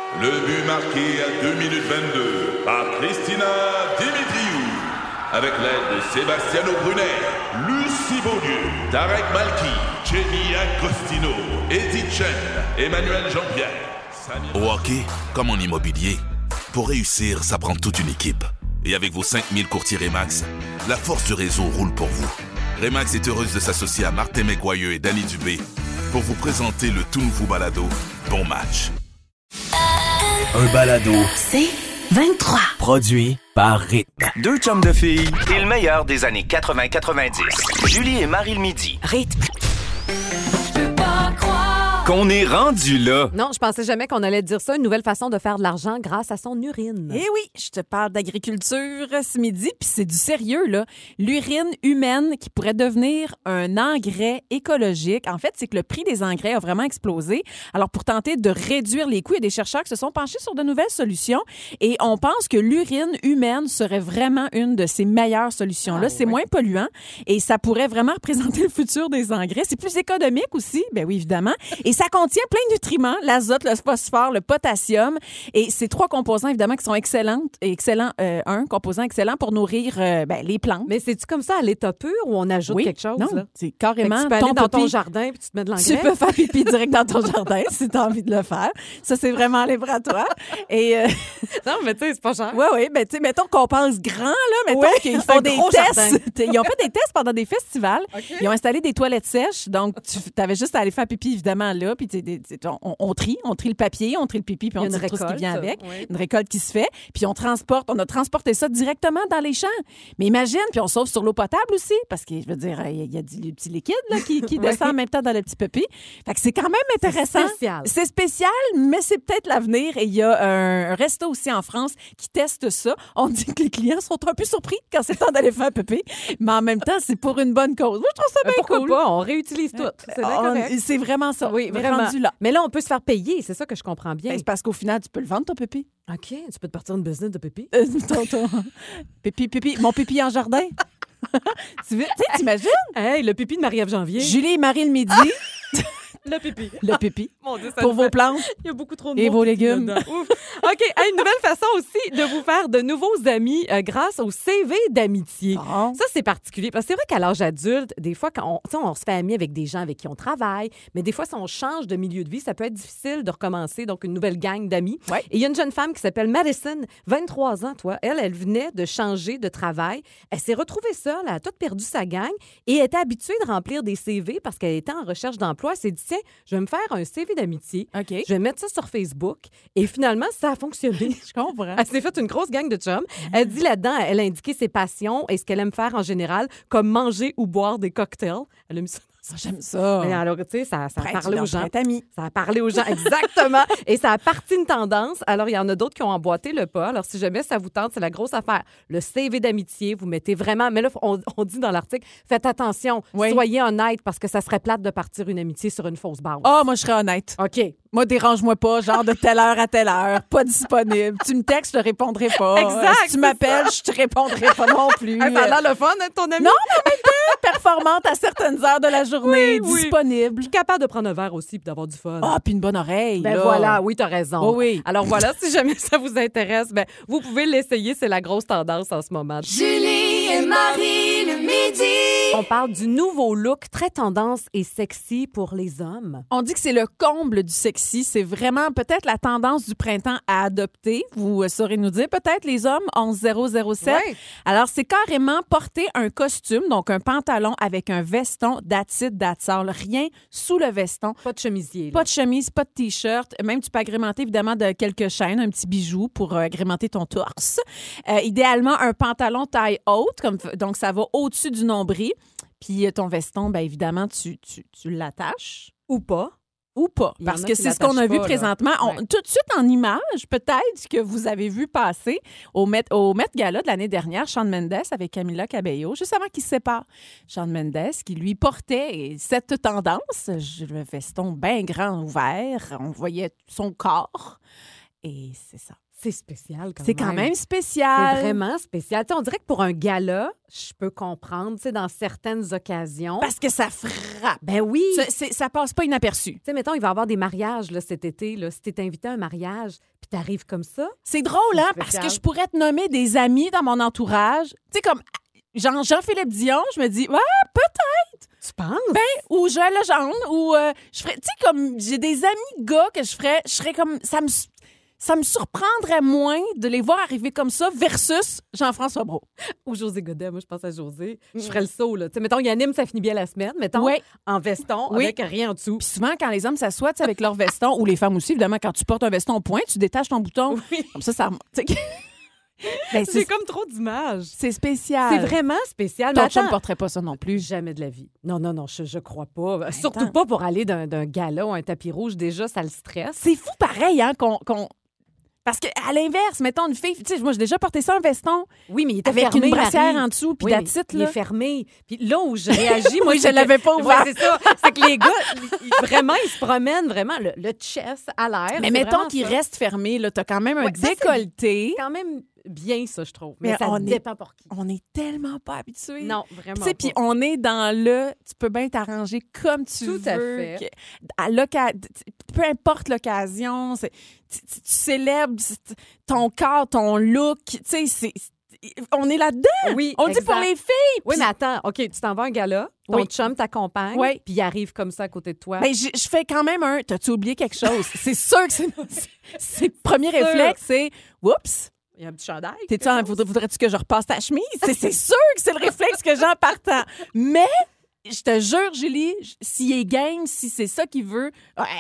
Le but marqué à 2 minutes 22 par Christina Dimitriou. Avec l'aide de Sebastiano Brunet, Lucie Beaulieu, Tarek Malki, Jenny Agostino, Edith Chen, Emmanuel Jean-Pierre. Au hockey, comme en immobilier, pour réussir, ça prend toute une équipe. Et avec vos 5000 courtiers Remax, la force du réseau roule pour vous. Remax est heureuse de s'associer à Martin McGuire et Danny Dubé pour vous présenter le tout nouveau balado Bon Match. Un balado. C'est 23. Produit par Rythme. Deux chums de filles et le meilleur des années 80-90. Julie et Marie le midi. Rythme. Qu'on est rendu là. Non, je pensais jamais qu'on allait dire ça. Une nouvelle façon de faire de l'argent grâce à son urine. Eh oui, je te parle d'agriculture ce midi, puis c'est du sérieux, là. L'urine humaine qui pourrait devenir un engrais écologique. En fait, c'est que le prix des engrais a vraiment explosé. Alors, pour tenter de réduire les coûts, il y a des chercheurs qui se sont penchés sur de nouvelles solutions et on pense que l'urine humaine serait vraiment une de ces meilleures solutions-là. C'est moins polluant et ça pourrait vraiment représenter le futur des engrais. C'est plus économique aussi, ben oui, évidemment. Et ça contient plein de nutriments, l'azote, le phosphore, le potassium. Et ces trois composants, évidemment, qui sont excellents. Un composant excellent pour nourrir les plantes. Mais c'est-tu comme ça à l'état pur ou on ajoute quelque chose? Non, là? c'est carrément Fait que tu peux aller dans ton pipi. jardin puis tu te mets de l'engrais. Tu peux faire pipi direct dans ton jardin si tu as envie de le faire. Ça, c'est vraiment libre à toi. Et Non, mais tu sais, c'est pas cher. oui, ben tu sais, mettons qu'on pense grand, là, mettons qu'ils font un des gros tests. jardin. Ils ont fait des tests pendant des festivals. Ils ont installé des toilettes sèches, donc tu avais juste à aller faire pipi, évidemment, là, puis on trie le papier, on trie le pipi, puis on Il y a trie une tout ce qui récolte, vient avec. oui. Une récolte qui se fait, puis on a transporté ça directement dans les champs. Mais imagine, puis on sauve sur l'eau potable aussi, parce que, je veux dire, il y a du petit liquide là, qui descend en même temps dans le petit pipi. Fait que c'est quand même intéressant. spécial. C'est spécial, mais c'est peut-être l'avenir. Et il y a un resto aussi en France qui teste ça. On dit que les clients sont un peu surpris quand c'est temps d'aller faire pipi, mais en même temps, c'est pour une bonne cause. Moi, je trouve ça bien Pourquoi cool. pas? On réutilise tout. C'est bien correct. C'est vraiment ça. Oui, On est vraiment. rendu là. Mais là, on peut se faire payer. C'est ça que je comprends bien. Ben, c'est parce qu'au final, tu peux le vendre, ton pipi. OK, tu peux te partir une business de pipi. Ton pipi. Mon pipi en jardin. Tu sais, t'imagines? Hey, le pipi de Marie-Ève Janvier. Julie et Marie le midi. Le pipi. Le pipi. Mon Dieu, ça Pour nous vos fait- plantes. Il y a beaucoup trop de Et mots vos légumes. dedans. Ouf. OK, hey, une nouvelle façon aussi de vous faire de nouveaux amis grâce au CV d'amitié. Bon. Ça, c'est particulier. Parce que c'est vrai qu'à l'âge adulte, des fois, quand on se fait ami avec des gens avec qui on travaille, mais des fois, si on change de milieu de vie, ça peut être difficile de recommencer, donc une nouvelle gang d'amis. Ouais. Et il y a une jeune femme qui s'appelle Madison, 23 ans, toi. Elle venait de changer de travail. Elle s'est retrouvée seule, elle a tout perdu sa gang et elle était habituée de remplir des CV parce qu'elle était en recherche d'emploi. Elle s'est dit, tiens, je vais me faire un CV d'amitié. OK. Je vais mettre ça sur Facebook. Et finalement, ça a fonctionné. Je comprends. Elle s'est fait une grosse gang de chums. Elle dit là-dedans, elle a indiqué ses passions et ce qu'elle aime faire en général, comme manger ou boire des cocktails. Elle a mis ça. J'aime ça. Mais alors, tu sais, ça a parlé aux gens. Amis. Ça a parlé aux gens, exactement. Et ça a parti une tendance. Alors, il y en a d'autres qui ont emboîté le pas. Alors, si jamais ça vous tente, c'est la grosse affaire. Le CV d'amitié, vous mettez vraiment... Mais là, on dit dans l'article, faites attention, Oui. soyez honnête parce que ça serait plate de partir une amitié sur une fausse base. Ah, moi, je serais honnête. OK. Moi, dérange-moi pas, genre de telle heure à telle heure, pas disponible. Tu me textes, je te répondrai pas. Exact, Si tu m'appelles, je te répondrai pas non plus. Ça a l'air le fun, hein, ton ami? Non, mais en même temps, performante à certaines heures de la journée, Oui, oui. disponible. Puis capable de prendre un verre aussi et d'avoir du fun. Ah, puis une bonne oreille. Ben là. voilà, oui, t'as raison. Oh oui. Alors voilà, si jamais ça vous intéresse, ben vous pouvez l'essayer, c'est la grosse tendance en ce moment. Julie et Marie le midi. On parle du nouveau look très tendance et sexy pour les hommes. On dit que c'est le comble du sexy. C'est vraiment peut-être la tendance du printemps à adopter. Vous saurez nous dire, peut-être les hommes 11007. Ouais. Alors, c'est carrément porter un costume, donc un pantalon avec un veston, that's it, that's all. Rien sous le veston. Pas de chemisier. là. Pas de chemise, pas de T-shirt. Même, tu peux agrémenter, évidemment, de quelques chaînes, un petit bijou pour agrémenter ton torse. Idéalement, un pantalon taille haute, donc ça va au-dessus du nombril. Puis ton veston, bien évidemment, tu l'attaches. Ou pas. Ou pas. Il y en Parce a que qui c'est ce qu'on a l'attachent vu pas, là. présentement. Ouais. Tout de suite en image, peut-être que vous avez vu passer au Met Gala de l'année dernière, Shawn Mendes avec Camila Cabello, juste avant qu'ils se séparent. Shawn Mendes qui, lui, portait cette tendance, le veston bien grand ouvert, on voyait son corps. Et c'est ça. C'est spécial quand même. C'est quand même spécial. C'est vraiment spécial. Tu sais, on dirait que pour un gala, je peux comprendre, tu sais, dans certaines occasions. Parce que ça frappe. Ben oui. Ça passe pas inaperçu. Tu sais, mettons, il va y avoir des mariages là, cet été. Là. Si t'es invité à un mariage, puis t'arrives comme ça. C'est drôle, hein? spécial. Parce que je pourrais te nommer des amis dans mon entourage. Tu sais, comme Jean-Philippe Dion, je me dis, ouais, peut-être. Tu penses? Ben, ou Joël Legendre, ou je ferais, tu sais, comme j'ai des amis gars que je serais comme, ça me surprendrait moins de les voir arriver comme ça versus Jean-François Brault. Ou José Godet, moi je pense à José. Je ferais le saut, là. Tu sais, mettons, il anime, ça finit bien la semaine. Mettons, en veston, avec rien en dessous. Puis souvent, quand les hommes s'assoient tu sais, avec leur veston, ou les femmes aussi, évidemment, quand tu portes un veston au point, tu détaches ton bouton. Oui. Comme ça ben, c'est comme trop d'images. C'est spécial. C'est vraiment spécial. Ton Mais chum attends, ne porterait pas ça non plus. jamais de la vie. Non, je crois pas. Surtout pas pour aller d'un gala ou un tapis rouge. Déjà, ça le stresse. C'est fou pareil, hein, Parce qu'à l'inverse, mettons une fille, tu sais, moi j'ai déjà porté ça un veston. Oui, mais il était avec fermé, une brassière Marie. en dessous, puis Oui, la titre, il là. est fermé. Puis là où je réagis, moi, Oui, je l'avais pas ouvert. Ouais, c'est ça. C'est que les gars, vraiment, ils se promènent vraiment le chest à l'air. Mais C'est mettons vraiment qu'il ça. reste fermé, là, t'as quand même un Ouais, ça, c'est décolleté. quand même bien, ça, je trouve. Mais Mais ça on dépend pour qui. On est tellement pas habitués. Non, Tu vraiment sais, puis pas. on est dans tu peux bien t'arranger comme tu veux. Tout à fait. Peu importe l'occasion, tu célèbres ton corps, ton look, tu sais, on est là-dedans. Oui, on le dit exact. pour les filles. Oui, puis- mais attends, OK, tu t'en vas à un gala, ton Oui. chum t'accompagne, Oui. puis il arrive comme ça à côté de toi. Ben, je fais quand même t'as-tu oublié quelque chose? C'est sûr que c'est le premier réflexe, c'est oups. Il y a un petit chandail. Voudrais-tu que je repasse ta chemise? C'est sûr que c'est le réflexe que j'ai en partant. Mais, je te jure, Julie, s'il est game, si c'est ça qu'il veut,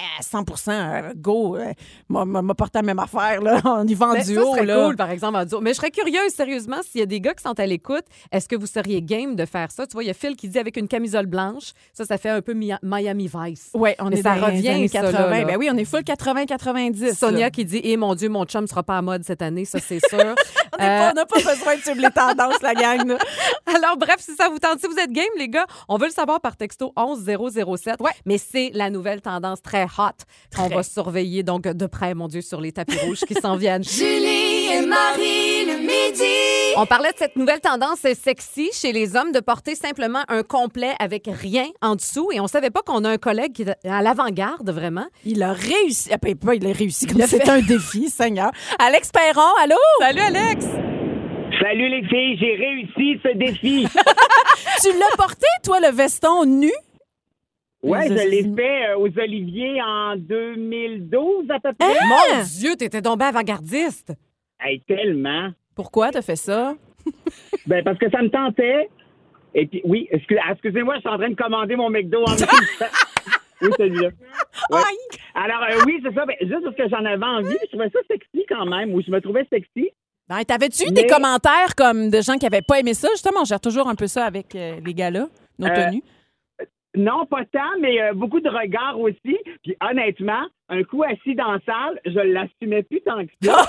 100% go, m'a porté la même affaire, là. On y va en Ben, duo, ça serait là. cool, par exemple, en duo. Mais je serais curieuse, sérieusement, s'il y a des gars qui sont à l'écoute, est-ce que vous seriez game de faire ça? Tu vois, il y a Phil qui dit avec une camisole blanche. Ça fait un peu Miami Vice. Oui, on Mais est ça dans les revient, années ça, 80. là. Ben oui, on est full 80-90. Sonia là. qui dit, eh mon Dieu, mon chum sera pas à mode cette année, ça c'est sûr. On n'a pas besoin de suivre les tendances, la gang. Là. Alors, bref, si ça vous tente, si vous êtes game, les gars, on veut le savoir par texto 11007. Ouais. Mais c'est la nouvelle tendance très hot qu'on va surveiller donc de près, mon Dieu, sur les tapis rouges qui s'en viennent. Julie et Marie le midi. On parlait de cette nouvelle tendance sexy chez les hommes de porter simplement un complet avec rien en dessous. Et on savait pas qu'on a un collègue qui est à l'avant-garde, vraiment. Il a réussi. Il a réussi comme c'est un défi, Seigneur. Alex Perron, allô? Salut, Alex! Salut les filles, j'ai réussi ce défi. Tu l'as porté, toi, le veston nu? Ouais, je l'ai fait aux Oliviers en 2012 à peu près. Mon Dieu, t'étais tombé avant-gardiste! Hey, tellement. Pourquoi t'as fait ça? Ben parce que ça me tentait. Et puis oui, excusez-moi, je suis en train de commander mon McDo en même temps. Oui, celui-là. Ouais. Alors oui, c'est ça. Ben, juste parce que j'en avais envie, je trouvais ça sexy quand même, ou je me trouvais sexy. Ben, t'avais-tu eu des commentaires comme de gens qui n'avaient pas aimé ça? Justement, on gère toujours un peu ça avec les gars-là, nos tenues. Non, pas tant, mais beaucoup de regards aussi. Puis honnêtement, un coup assis dans la salle, je l'assumais plus tant que ça.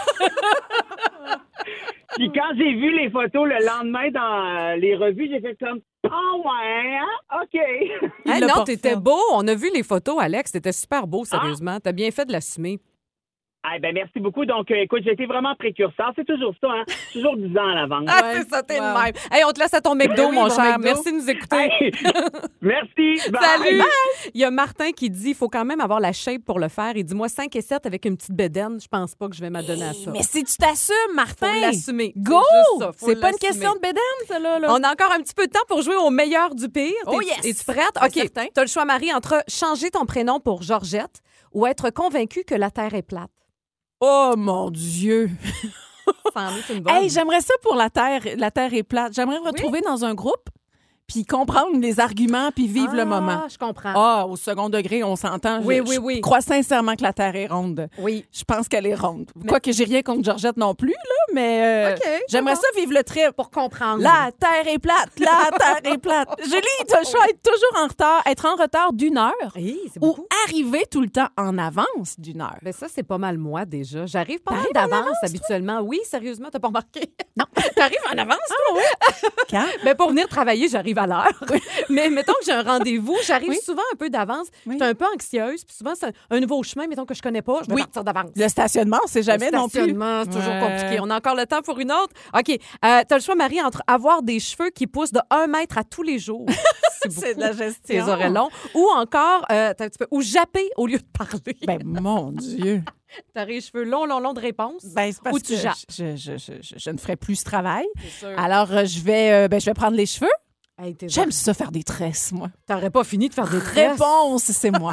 Puis quand j'ai vu les photos le lendemain dans les revues, j'ai fait comme « Oh ouais, hein? OK. » Hey, non, t'étais beau. On a vu les photos, Alex. T'étais super beau, sérieusement. T'as bien fait de l'assumer. Ah, ben merci beaucoup. Donc, écoute, j'ai été vraiment précurseur. C'est toujours ça, hein? Toujours 10 ans à l'avance. Ah, c'est ça, t'es le même. Hey, on te laisse à ton McDo, Oui, mon mon cher. McDo. Merci de nous écouter. Hey, merci. Bye. Salut! Il y a Martin qui dit il faut quand même avoir la shape pour le faire. Il dit moi, 5 et 7 avec une petite bédaine, je pense pas que je vais m'adonner à ça. Mais si tu t'assumes, Martin! Faut l'assumer. Go! C'est juste ça, faut C'est pas une l'assumer. question de bédaine, ça, là. On a encore un petit peu de temps pour jouer au meilleur du pire. Oh yes! Es-tu prête? Ben, OK. certain. T'as le choix, Marie, entre changer ton prénom pour Georgette ou être convaincue que la Terre est plate. Oh, mon Dieu! Ça en est une bonne. Hey, j'aimerais ça pour la Terre est plate. J'aimerais me retrouver dans un groupe puis comprendre les arguments puis vivre le moment. Je comprends. Ah, au second degré, on s'entend. Oui, Je oui. crois sincèrement que la Terre est ronde. Oui. Je pense qu'elle est ronde. Quoique j'ai rien contre Georgette non plus, là, mais j'aimerais ça vivre le trip. Pour comprendre. La terre est plate, la terre est plate. Julie, t'as le choix d'être toujours en retard, être en retard d'1 heure c'est ou beaucoup. arriver tout le temps en avance d'1 heure. Ben ça, c'est pas mal moi, déjà. J'arrive pas mal d'avance, habituellement. Oui, sérieusement, t'as pas remarqué? Non. T'arrives en avance, toi? Oui. Quand? Ben, pour venir travailler, j'arrive à l'heure. Mais mettons que j'ai un rendez-vous, j'arrive souvent un peu d'avance. Je suis un peu anxieuse. Puis souvent, c'est un nouveau chemin, mettons que je connais pas, je vais partir d'avance. Le stationnement, on sait jamais non plus. Le stationnement, c'est toujours compliqué. On a encore le temps pour une autre? OK. T'as le choix, Marie, entre avoir des cheveux qui poussent de 1 mètre à tous les jours. C'est de la gestion. Tes oreilles longs. Ou encore, ou japper au lieu de parler. Ben, mon Dieu. T'as les cheveux longs de réponse. Ben, c'est parce ou tu que jappes. je ne ferai plus ce travail. C'est sûr. Alors, je vais prendre les cheveux. Hey, J'aime ça faire des tresses, moi. T'aurais pas fini de faire des tresses. Réponse, c'est moi.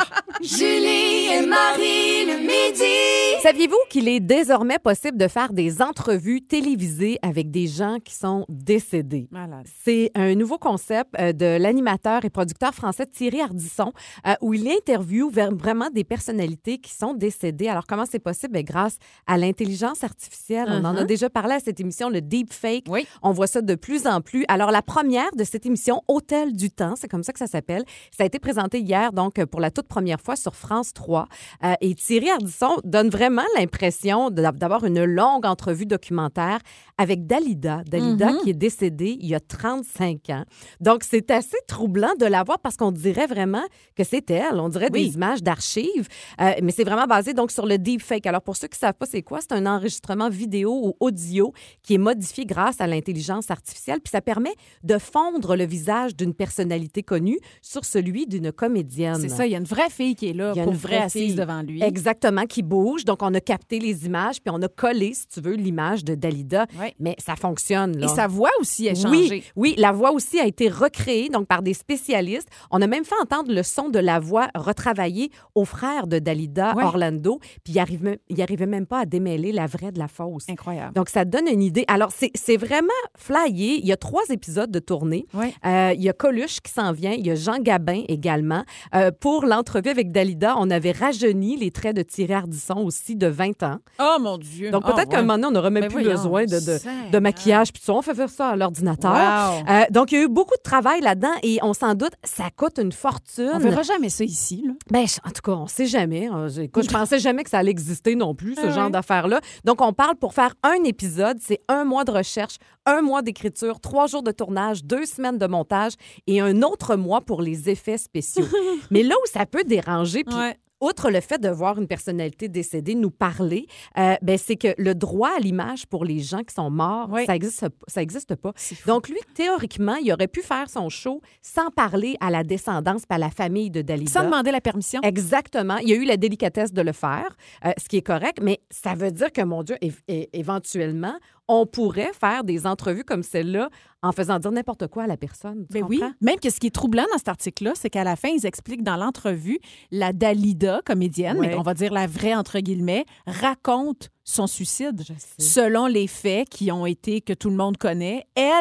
Julie et Marie le midi. Saviez-vous qu'il est désormais possible de faire des entrevues télévisées avec des gens qui sont décédés? Malade. C'est un nouveau concept de l'animateur et producteur français Thierry Ardisson où il interviewe vraiment des personnalités qui sont décédées. Alors, comment c'est possible? Bien, grâce à l'intelligence artificielle. On en a déjà parlé à cette émission, le Deepfake. Oui. On voit ça de plus en plus. Alors, la première de cette émission, Hôtel du Temps, c'est comme ça que ça s'appelle. Ça a été présenté hier, donc, pour la toute première fois sur France 3. Et Thierry Ardisson donne vraiment l'impression d'avoir une longue entrevue documentaire avec Dalida. Dalida qui est décédée il y a 35 ans. Donc, c'est assez troublant de la voir parce qu'on dirait vraiment que c'est elle. On dirait des images d'archives. Mais c'est vraiment basé donc sur le deepfake. Alors, pour ceux qui ne savent pas c'est quoi, c'est un enregistrement vidéo ou audio qui est modifié grâce à l'intelligence artificielle. Puis ça permet de fondre le visage d'une personnalité connue sur celui d'une comédienne. C'est ça, il y a une vraie fille qui est là, pour vrai assise devant lui. Exactement, qui bouge. Donc, on a capté les images, puis on a collé, si tu veux, l'image de Dalida. Oui. Mais ça fonctionne, là. Et sa voix aussi a changé. Oui, la voix aussi a été recréée, donc par des spécialistes. On a même fait entendre le son de la voix retravaillé au frère de Dalida, Orlando, puis il arrivait même pas à démêler la vraie de la fausse. Incroyable. Donc, ça donne une idée. Alors, c'est vraiment flyé. Il y a 3 épisodes de tournée. Oui. Il y a Coluche qui s'en vient. Il y a Jean Gabin également. Pour l'entrevue avec Dalida, on avait rajeuni les traits de Thierry Ardisson aussi de 20 ans. Oh, mon Dieu! Donc, peut-être qu'à un moment donné, on n'aurait même plus besoin de maquillage. Puis on fait faire ça à l'ordinateur. Wow. Donc, il y a eu beaucoup de travail là-dedans et on s'en doute, ça coûte une fortune. On verra jamais ça ici, là. Ben, en tout cas, on sait jamais. Écoute, je pensais jamais que ça allait exister non plus, ce genre d'affaires-là. Donc, on parle pour faire un épisode, c'est 1 mois de recherche, 1 mois d'écriture, 3 jours de tournage, 2 semaines de montage et un autre mois pour les effets spéciaux. Mais là où ça peut déranger, puis outre le fait de voir une personnalité décédée nous parler, c'est que le droit à l'image pour les gens qui sont morts, ça existe pas. Donc, lui, théoriquement, il aurait pu faire son show sans parler à la descendance et à la famille de Dalida. Sans demander la permission. Exactement. Il y a eu la délicatesse de le faire, ce qui est correct, mais ça veut dire que, mon Dieu, éventuellement, on pourrait faire des entrevues comme celle-là en faisant dire n'importe quoi à la personne. Tu comprends? Oui, même que ce qui est troublant dans cet article-là, c'est qu'à la fin, ils expliquent dans l'entrevue, la Dalida, comédienne, mais on va dire la vraie, entre guillemets, raconte son suicide selon les faits que tout le monde connaît.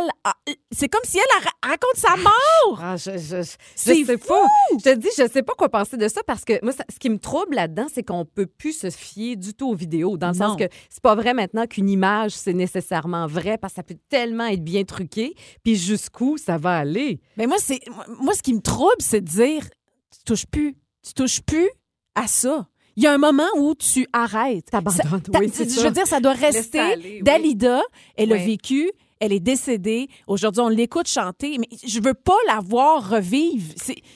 C'est comme si elle raconte sa mort! Je c'est sais fou! pas. Je te dis, je sais pas quoi penser de ça parce que moi, ce qui me trouble là-dedans, c'est qu'on peut plus se fier du tout aux vidéos, dans le sens que c'est pas vrai maintenant qu'une image, c'est nécessairement vrai parce que ça peut tellement être bien truqué, puis jusqu'où ça va aller. Mais moi, ce qui me trouble, c'est de dire, tu touches plus à ça. Il y a un moment où tu arrêtes. T'abandonnes, je veux dire, ça doit rester. Aller, Dalida, elle a vécu, elle est décédée. Aujourd'hui, on l'écoute chanter, mais je veux pas la voir revivre.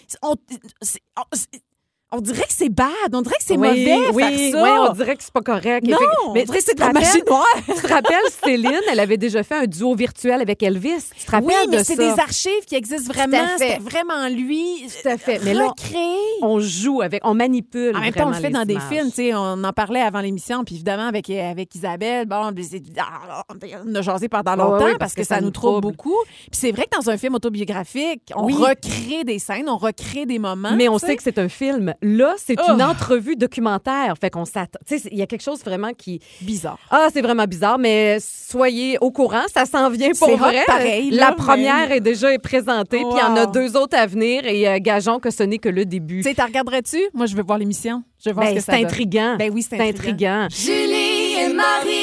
On dirait que c'est bad, on dirait que c'est mauvais faire ça. Oui, on dirait que c'est pas correct. Non, mais on dirait que c'est de la magie noire. Tu te rappelles, Céline, elle avait déjà fait un duo virtuel avec Elvis. Tu te rappelles de ça? Oui, mais c'est des archives qui existent vraiment. C'était vraiment lui. Tout à fait. Mais là, on joue avec, on manipule. En même temps, on le fait dans des films. On en parlait avant l'émission, puis évidemment, avec Isabelle, on a jasé pendant longtemps parce que ça nous trouble beaucoup. Puis c'est vrai que dans un film autobiographique, on recrée des scènes, on recrée des moments. Mais on sait que c'est un film. Là, c'est une entrevue documentaire. Fait qu'on s'attend. Tu sais, il y a quelque chose vraiment qui... Bizarre. C'est vraiment bizarre, mais soyez au courant, ça s'en vient pour vrai. Pareil, la première est déjà présentée, puis il y en a 2 autres à venir et gageons que ce n'est que le début. Tu sais, t'en regarderais-tu? Moi, je veux voir l'émission. Je veux voir ce que ça c'est intriguant. Ben oui, c'est intriguant. Julie et Marie, le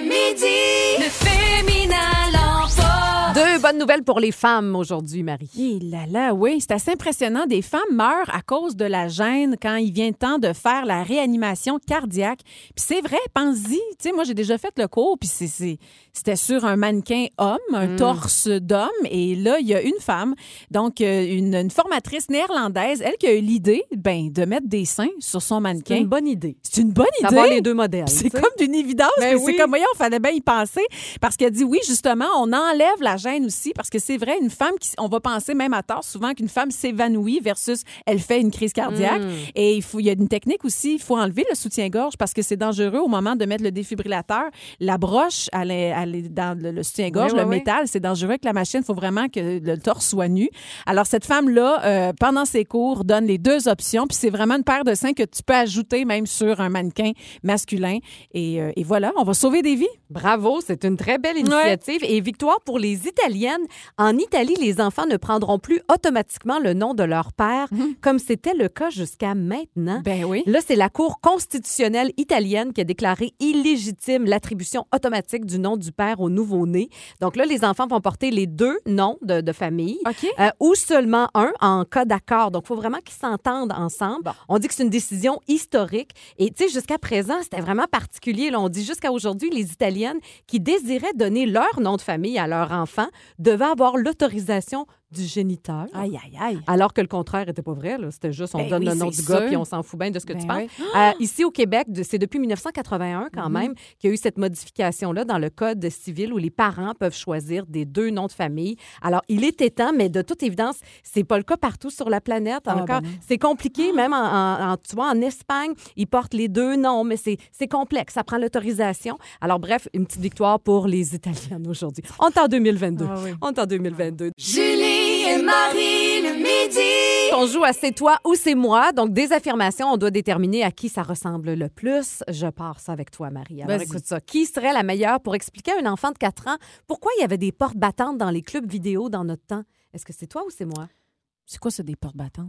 midi, le féminin l'emporte. Deux bonnes nouvelles pour les femmes aujourd'hui, Marie. Eh là là, oui, c'est assez impressionnant. Des femmes meurent à cause de la gêne quand il vient le temps de faire la réanimation cardiaque. Puis c'est vrai, pense-y. Tu sais, moi, j'ai déjà fait le cours, puis c'était sur un mannequin homme, un torse d'homme. Et là, il y a une femme, donc une formatrice néerlandaise, elle qui a eu l'idée de mettre des seins sur son mannequin. C'est une bonne idée. C'est une bonne idée. D'avoir les deux modèles. C'est comme d'une évidence, mais oui. c'est comme, voyons, il fallait bien y penser. Parce qu'elle dit, oui, justement, on enlève la gêne aussi, parce que c'est vrai, une femme, on va penser même à tort souvent qu'une femme s'évanouit versus elle fait une crise cardiaque. Et il y a une technique aussi, il faut enlever le soutien-gorge parce que c'est dangereux au moment de mettre le défibrillateur. La broche, elle est dans le soutien-gorge, le métal, c'est dangereux avec la machine. Il faut vraiment que le torse soit nu. Alors, cette femme-là, pendant ses cours, donne les deux options. Puis c'est vraiment une paire de seins que tu peux ajouter même sur un mannequin masculin. Et voilà, on va sauver des vies. Bravo, c'est une très belle initiative. Ouais. Et victoire pour les Italiennes. En Italie, les enfants ne prendront plus automatiquement le nom de leur père, comme c'était le cas jusqu'à maintenant. Ben oui. Là, c'est la Cour constitutionnelle italienne qui a déclaré illégitime l'attribution automatique du nom du père au nouveau-né. Donc là, les enfants vont porter les deux noms de famille, ou seulement un en cas d'accord. Donc, il faut vraiment qu'ils s'entendent ensemble. Bon. On dit que c'est une décision historique. Et tu sais, jusqu'à présent, c'était vraiment particulier. Là, on dit jusqu'à aujourd'hui, les Italiennes qui désiraient donner leur nom de famille à leur enfant devaient avoir l'autorisation du géniteur. Aïe, aïe, aïe. Alors que le contraire n'était pas vrai. Là. C'était juste, on donne le nom du gars puis on s'en fout bien de ce que tu penses. Oui. Ici, au Québec, c'est depuis 1981 quand même qu'il y a eu cette modification-là dans le Code civil où les parents peuvent choisir des deux noms de famille. Alors, il était temps, mais de toute évidence, c'est pas le cas partout sur la planète. Encore, c'est compliqué, même tu vois, en Espagne, ils portent les deux noms, mais c'est complexe. Ça prend l'autorisation. Alors, bref, une petite victoire pour les Italiennes aujourd'hui. On est en 2022. On est en 2022. Julie et Marie le midi. On joue à C'est toi ou c'est moi. Donc, des affirmations, on doit déterminer à qui ça ressemble le plus. Je pars ça avec toi, Marie. Alors, écoute ça. Qui serait la meilleure pour expliquer à un enfant de 4 ans pourquoi il y avait des portes battantes dans les clubs vidéo dans notre temps? Est-ce que c'est toi ou c'est moi? C'est quoi ça, des portes battantes?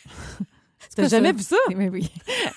T'as jamais vu ça? Oui, oui.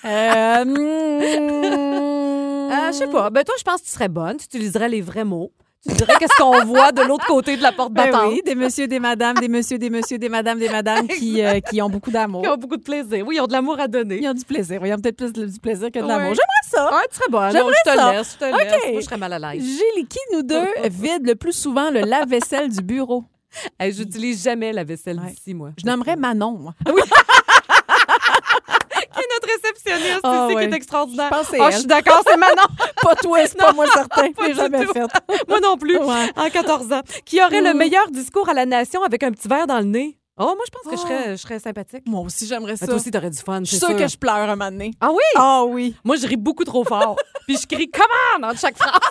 Je sais pas. Ben, toi, je pense que tu serais bonne. Tu utiliserais les vrais mots. Tu dirais qu'est-ce qu'on voit de l'autre côté de la porte battante. Oui, des messieurs, des madames, des messieurs, des messieurs, des madames qui ont beaucoup d'amour. Qui ont beaucoup de plaisir. Oui, ils ont de l'amour à donner. Ils ont du plaisir. Ils ont peut-être plus du plaisir que de l'amour. J'aimerais ça. Ouais, tu serais bonne. J'aimerais ça. Je te laisse. Moi, je serais mal à l'aise. Julie, qui nous deux vide le plus souvent le lave-vaisselle du bureau? Hey, j'utilise jamais la vaisselle d'ici, moi. Je nommerais Manon, moi. Oui. Qui est notre réceptionniste ici, qui est extraordinaire. Je suis d'accord, c'est Manon. Pas toi, c'est pas moi certain. Je l'ai jamais fait. Moi non plus, en 14 ans. Qui aurait le meilleur discours à la nation avec un petit verre dans le nez? Oh, moi, je pense que je serais sympathique. Moi aussi, j'aimerais ça. Toi aussi, t'aurais du fun, je suis sûre que je pleure un moment donné. Ah oui? Ah oui. Moi, je ris beaucoup trop fort. Puis je crie « Come on » entre chaque phrase.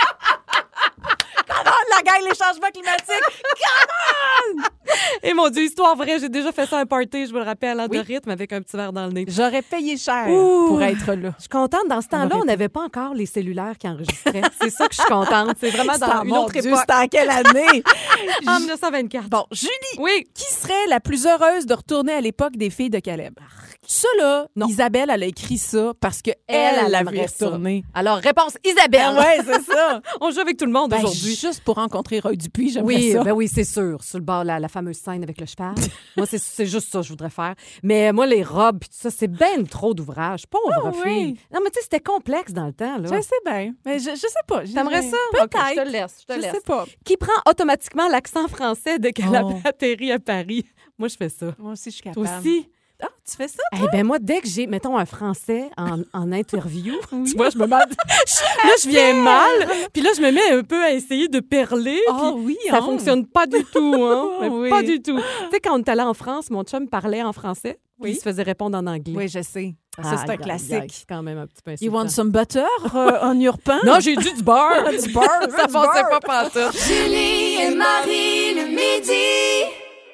Come on, la gang, les changements climatiques. Come on! Et mon Dieu, histoire vraie, j'ai déjà fait ça à un party, je me le rappelle, de rythme avec un petit verre dans le nez. J'aurais payé cher pour être là. Je suis contente. Dans ce temps-là, on n'avait pas encore les cellulaires qui enregistraient. C'est ça que je suis contente. C'est vraiment dans une autre époque. C'était en quelle année? En 1924. Bon, Julie, oui. Qui serait la plus heureuse de retourner à l'époque des filles de Caleb? Ça, là, Isabelle, elle a écrit ça parce qu'elle a voulu retourner. Alors, réponse Isabelle. Oui, c'est ça. On joue avec tout le monde aujourd'hui. Juste pour rencontrer Roy Dupuis, j'aimerais ça. Oui, c'est sûr. Sur le bord, la fameuse scène avec le cheval. Moi, c'est juste ça que je voudrais faire. Mais moi, les robes, tout ça, c'est bien trop d'ouvrage. Pauvre fille. Non, mais tu sais, c'était complexe dans le temps. Là. Je sais bien. Mais je sais pas. T'aimerais ça? Peut-être. Okay, je te le laisse. Je sais pas. Qui prend automatiquement l'accent français dès qu'elle avait atterri à Paris? Moi, je fais ça. Moi aussi, je suis capable. Toi aussi? Ah, tu fais ça? Eh bien, moi, dès que j'ai, mettons, un Français en interview, oui. tu vois, je me mets. Là, je viens mal. Puis là, je me mets un peu à essayer de perler. Oui, ça fonctionne pas du tout, hein? Oui. Pas du tout. Tu sais, quand on est allé en France, mon chum parlait en français. Puis il se faisait répondre en anglais. Oui, je sais. Ça, c'est un classique. C'est quand même un petit peu insultant. You want some butter on your pain? Non, j'ai dit du beurre. Du beurre. Ça passait pas pantoute. Julie et Marie le midi.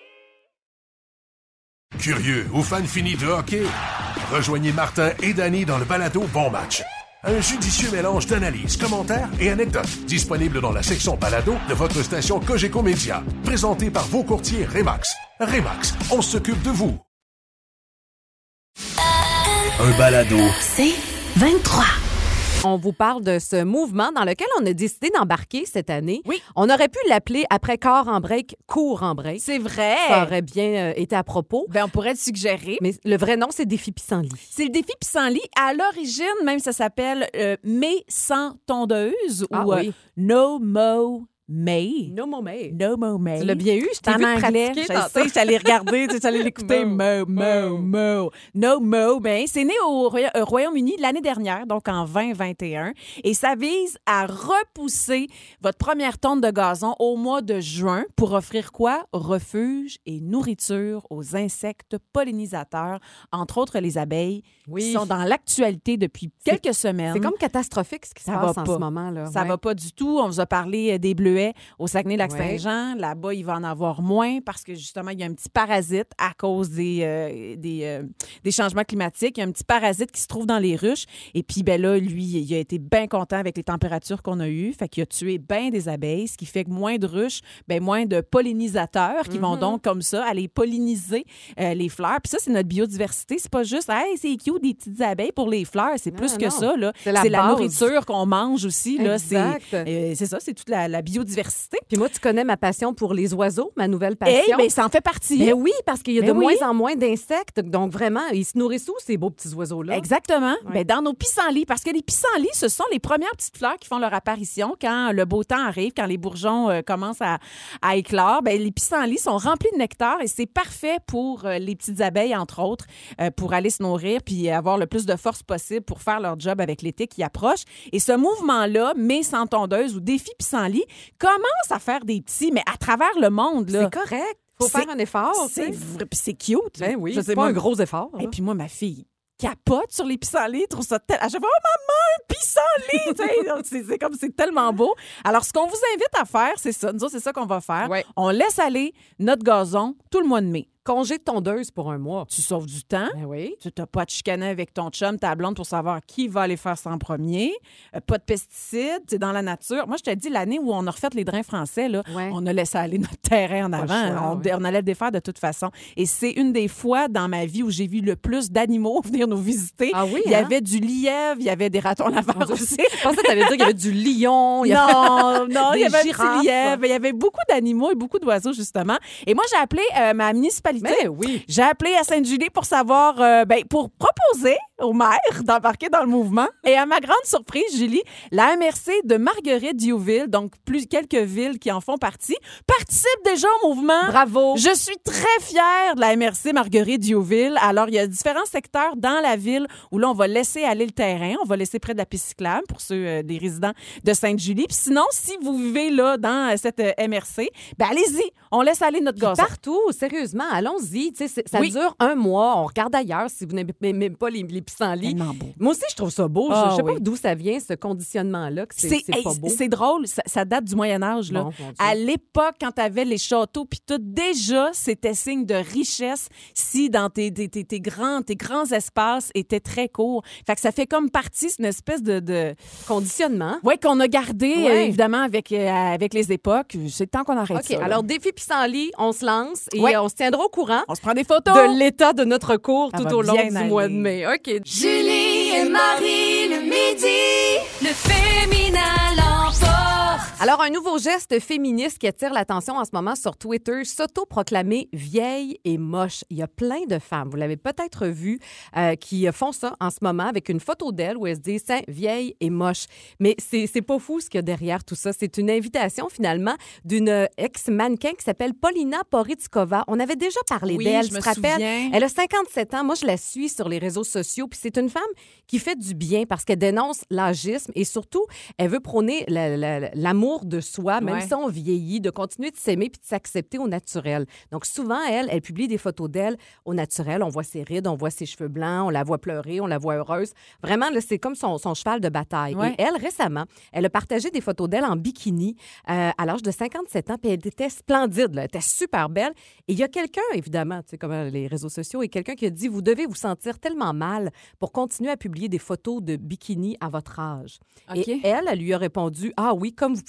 Curieux ou fan fini de hockey? Rejoignez Martin et Danny dans le balado Bon Match. Un judicieux mélange d'analyses, commentaires et anecdotes. Disponible dans la section balado de votre station Cogeco Média. Présenté par vos courtiers Remax. Remax, on s'occupe de vous. Un balado. C'est 23. On vous parle de ce mouvement dans lequel on a décidé d'embarquer cette année. Oui. On aurait pu l'appeler après corps en break, cours en break. C'est vrai. Ça aurait bien été à propos. Ben, on pourrait le suggérer. Mais le vrai nom, c'est Défi Pissenlit. C'est le défi pissenlit. À l'origine, même, ça s'appelle Mais sans tondeuse ou oui. No Mo May. No Mo May. No Mo May. Tu l'as bien eu, je t'ai En vu anglais. pratiquer. Je sais, je suis allée regarder, tu sais, allée l'écouter. Mo, Mo. No Mo May. C'est né au Royaume-Uni l'année dernière, donc en 2021. Et ça vise à repousser votre première tonne de gazon au mois de juin pour offrir quoi? Refuge et nourriture aux insectes pollinisateurs, entre autres les abeilles, qui sont dans l'actualité depuis quelques semaines. C'est comme catastrophique ce qui se passe en ce moment. Là. Ça va pas du tout. On vous a parlé des bleuets au Saguenay-Lac-Saint-Jean. Là-bas, il va en avoir moins parce que, justement, il y a un petit parasite à cause des changements climatiques. Il y a un petit parasite qui se trouve dans les ruches. Et puis, ben là, lui, il a été bien content avec les températures qu'on a eues. Fait qu'il a tué bien des abeilles, ce qui fait que moins de ruches, ben moins de pollinisateurs qui vont donc, comme ça, aller polliniser les fleurs. Puis ça, c'est notre biodiversité. C'est pas juste, hey, c'est cute, des petites abeilles pour les fleurs. C'est plus que ça, là. C'est la nourriture qu'on mange aussi, là. C'est ça, c'est toute la biodiversité. Puis moi, tu connais ma passion pour les oiseaux, ma nouvelle passion. Ben, ça en fait partie. Ben oui, parce qu'il y a de moins en moins d'insectes. Donc, vraiment, ils se nourrissent où, ces beaux petits oiseaux-là? Exactement. Ben, dans nos pissenlits, parce que les pissenlits, ce sont les premières petites fleurs qui font leur apparition quand le beau temps arrive, quand les bourgeons commencent à éclore. Ben, les pissenlits sont remplis de nectar et c'est parfait pour les petites abeilles, entre autres, pour aller se nourrir puis avoir le plus de force possible pour faire leur job avec l'été qui approche. Et ce mouvement-là, Mais sans tondeuse ou Défi pissenlit, commence à faire des petits, mais à travers le monde. Là. C'est correct. Faut faire un effort. C'est vrai, puis c'est cute. Ben oui, Je c'est sais, pas moi, un gros effort. Et puis moi, ma fille capote sur les pissenlits, trouve ça tellement... À chaque fois, oh maman, un pissenlit! c'est comme, c'est tellement beau. Alors, ce qu'on vous invite à faire, c'est ça. Nous autres, c'est ça qu'on va faire. Ouais. On laisse aller notre gazon tout le mois de mai. Congé de tondeuse pour un mois. Tu sauves du temps. Ben oui. Tu n'as pas à te chicaner avec ton chum, ta blonde pour savoir qui va aller faire ça en premier. Pas de pesticides. C'est dans la nature. Moi, je te dis, l'année où on a refait les drains français, là, on a laissé aller notre terrain en avant. On allait le défaire de toute façon. Et c'est une des fois dans ma vie où j'ai vu le plus d'animaux venir nous visiter. Ah oui, il y avait du lièvre, il y avait des ratons laveurs aussi. Je pensais que tu allais dire qu'il y avait du lion. Non, il y avait des un petit girafes. lièvre. Il y avait beaucoup d'animaux et beaucoup d'oiseaux, justement. Et moi, j'ai appelé ma municipalité. Mais oui. J'ai appelé à Sainte-Julie pour savoir, pour proposer au maire d'embarquer dans le mouvement. Et à ma grande surprise, Julie, la MRC de Marguerite-Diouville, donc quelques villes qui en font partie, participe déjà au mouvement. Bravo. Je suis très fière de la MRC Marguerite-Diouville. Alors, il y a différents secteurs dans la ville où là, on va laisser aller le terrain. On va laisser près de la piste cyclable pour ceux des résidents de Sainte-Julie. Puis sinon, si vous vivez là dans cette MRC, ben allez-y, on laisse aller notre gazon. Partout, sérieusement, allons-y. Ça dure un mois. On regarde ailleurs si vous n'aimez pas les pissenlits. Beau. Moi aussi, je trouve ça beau. Ah, je sais pas d'où ça vient, ce conditionnement-là, que c'est pas beau. C'est drôle, ça date du Moyen-Âge. Là. Bon, à l'époque, quand tu avais les châteaux, puis tout, déjà, c'était signe de richesse si dans tes grands espaces étaient très courts. Fait que ça fait comme partie, c'est une espèce de conditionnement. Oui, qu'on a gardé, évidemment, avec les époques. C'est le temps qu'on arrête ça. OK, alors, défi pissenlit, on se lance et on se tiendra au courant. On se prend des photos. De l'état de notre cours Ça tout va au long bien du aller. mois de mai. OK. Julie et Marie le midi. Le féminin l'emporte. Alors, un nouveau geste féministe qui attire l'attention en ce moment sur Twitter, s'auto-proclamer vieille et moche. Il y a plein de femmes, vous l'avez peut-être vu, qui font ça en ce moment avec une photo d'elle où elles se disent « vieille et moche ». Mais c'est pas fou ce qu'il y a derrière tout ça. C'est une invitation, finalement, d'une ex-mannequin qui s'appelle Paulina Porizkova. On avait déjà parlé d'elle, je me te rappelles? souviens. Elle a 57 ans. Moi, je la suis sur les réseaux sociaux. Puis c'est une femme qui fait du bien parce qu'elle dénonce l'agisme et surtout, elle veut prôner l'amour de soi, même si on vieillit, de continuer de s'aimer puis de s'accepter au naturel. Donc souvent, elle publie des photos d'elle au naturel. On voit ses rides, on voit ses cheveux blancs, on la voit pleurer, on la voit heureuse. Vraiment, là, c'est comme son cheval de bataille. Ouais. Et elle, récemment, elle a partagé des photos d'elle en bikini à l'âge de 57 ans, puis elle était splendide, là. Elle était super belle. Et il y a quelqu'un, évidemment, tu sais, comme les réseaux sociaux, et quelqu'un qui a dit « Vous devez vous sentir tellement mal pour continuer à publier des photos de bikini à votre âge. » OK. Et elle lui a répondu « Ah oui, comme vous pouvez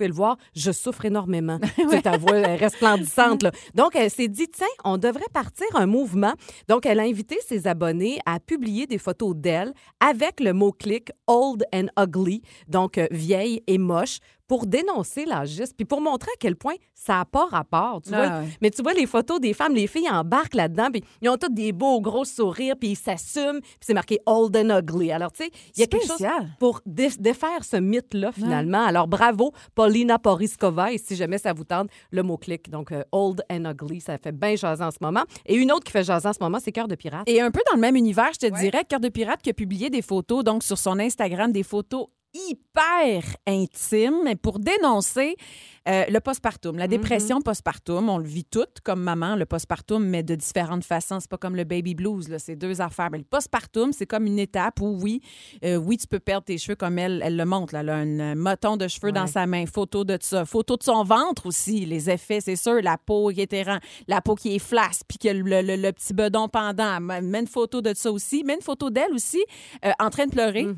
pouvez le voir, je souffre énormément. Tu sais, ta voix est resplendissante. Là. Donc, elle s'est dit, tiens, on devrait partir un mouvement. Donc, elle a invité ses abonnés à publier des photos d'elle avec le mot-clic « old and ugly », donc vieille et moche, pour dénoncer l'agisme, puis pour montrer à quel point ça n'a pas rapport. Tu vois? Ouais. Mais tu vois les photos des femmes, les filles embarquent là-dedans, puis ils ont tous des beaux gros sourires, puis ils s'assument, puis c'est marqué « old and ugly ». Alors, tu sais, il y a quelque chose pour défaire ce mythe-là, finalement. Ouais. Alors, bravo, Paulina Poriskova, et si jamais ça vous tente, le mot-clic. Donc, old and ugly, ça fait bien jaser en ce moment. Et une autre qui fait jaser en ce moment, c'est Cœur de pirate. Et un peu dans le même univers, je te dirais, Cœur de pirate qui a publié des photos, donc sur son Instagram, des photos hyper intime pour dénoncer le postpartum, la dépression postpartum. On le vit toutes comme maman, le postpartum, mais de différentes façons. C'est pas comme le baby blues, là, c'est deux affaires. Mais le postpartum, c'est comme une étape où, oui, tu peux perdre tes cheveux comme elle le montre. Là. Elle a un moton de cheveux dans sa main, photo de ça. Photo de son ventre aussi, les effets, c'est sûr. La peau qui est errant, la peau qui est flasque, puis que le petit bedon pendant. Mets une photo de ça aussi. Mets une photo d'elle aussi, en train de pleurer.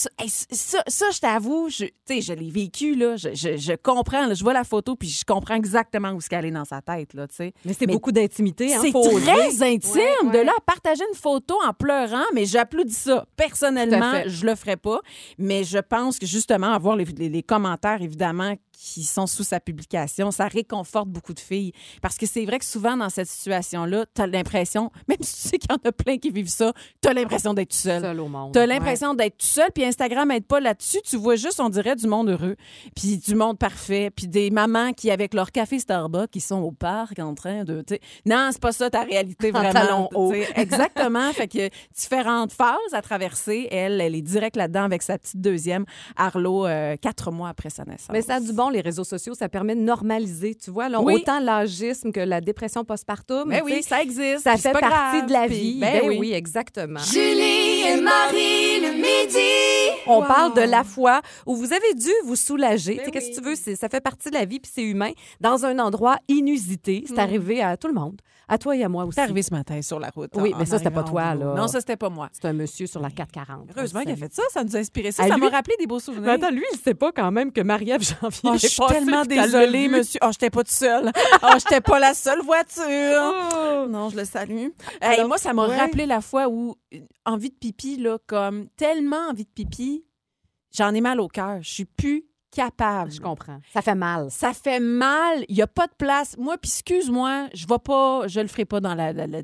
Ça, je t'avoue, je l'ai vécu, là. Je comprends, là, je vois la photo, puis je comprends exactement où est-ce dans sa tête, là, tu sais. Mais c'est beaucoup d'intimité, hein. C'est très intime de là à partager une photo en pleurant, mais j'applaudis ça. Personnellement, je le ferais pas, mais je pense que justement, avoir les commentaires, évidemment, qui sont sous sa publication, ça réconforte beaucoup de filles. Parce que c'est vrai que souvent, dans cette situation-là, t'as l'impression, même si tu sais qu'il y en a plein qui vivent ça, t'as l'impression d'être tout seul. Seul au monde. T'as l'impression d'être tout seul, puis Instagram n'aide pas là-dessus. Tu vois juste, on dirait, du monde heureux, puis du monde parfait, puis des mamans qui, avec leur café Starbucks, qui sont au parc en train de... Non, c'est pas ça ta réalité, vraiment. Talons hauts. Exactement. Fait que différentes phases à traverser. Elle est direct là-dedans avec sa petite deuxième, Arlo, 4 mois après sa naissance. Mais ça a du bon, les réseaux sociaux, ça permet de normaliser, tu vois, là, autant l'agisme que la dépression postpartum. Ben oui, ça existe. Ça fait partie grave, de la vie. Ben oui, exactement. Julie et Marie le midi. On parle de la fois où vous avez dû vous soulager. Qu'est-ce que tu veux? Ça fait partie de la vie, puis c'est humain. Dans un endroit inusité. C'est arrivé à tout le monde. À toi et à moi aussi. C'est arrivé ce matin sur la route. Oui, mais ça, c'était pas toi, là. Non, ça, c'était pas moi. C'est un monsieur sur la 440. Heureusement qu'il a fait ça. Ça nous a inspiré ça. Ça m'a rappelé des beaux souvenirs. Mais attends, lui, il sait pas quand même que Marie-Ève Janvier je suis tellement désolée, monsieur. Oh, j'étais pas toute seule. Oh, j'étais pas la seule voiture. Non, je le salue. Et moi, ça m'a rappelé la fois où envie de pipi, là, comme tellement envie de pipi, j'en ai mal au cœur. Je suis plus capable. Je comprends. Ça fait mal. Ça fait mal. Il n'y a pas de place. Moi, puis excuse-moi, je le ferai pas dans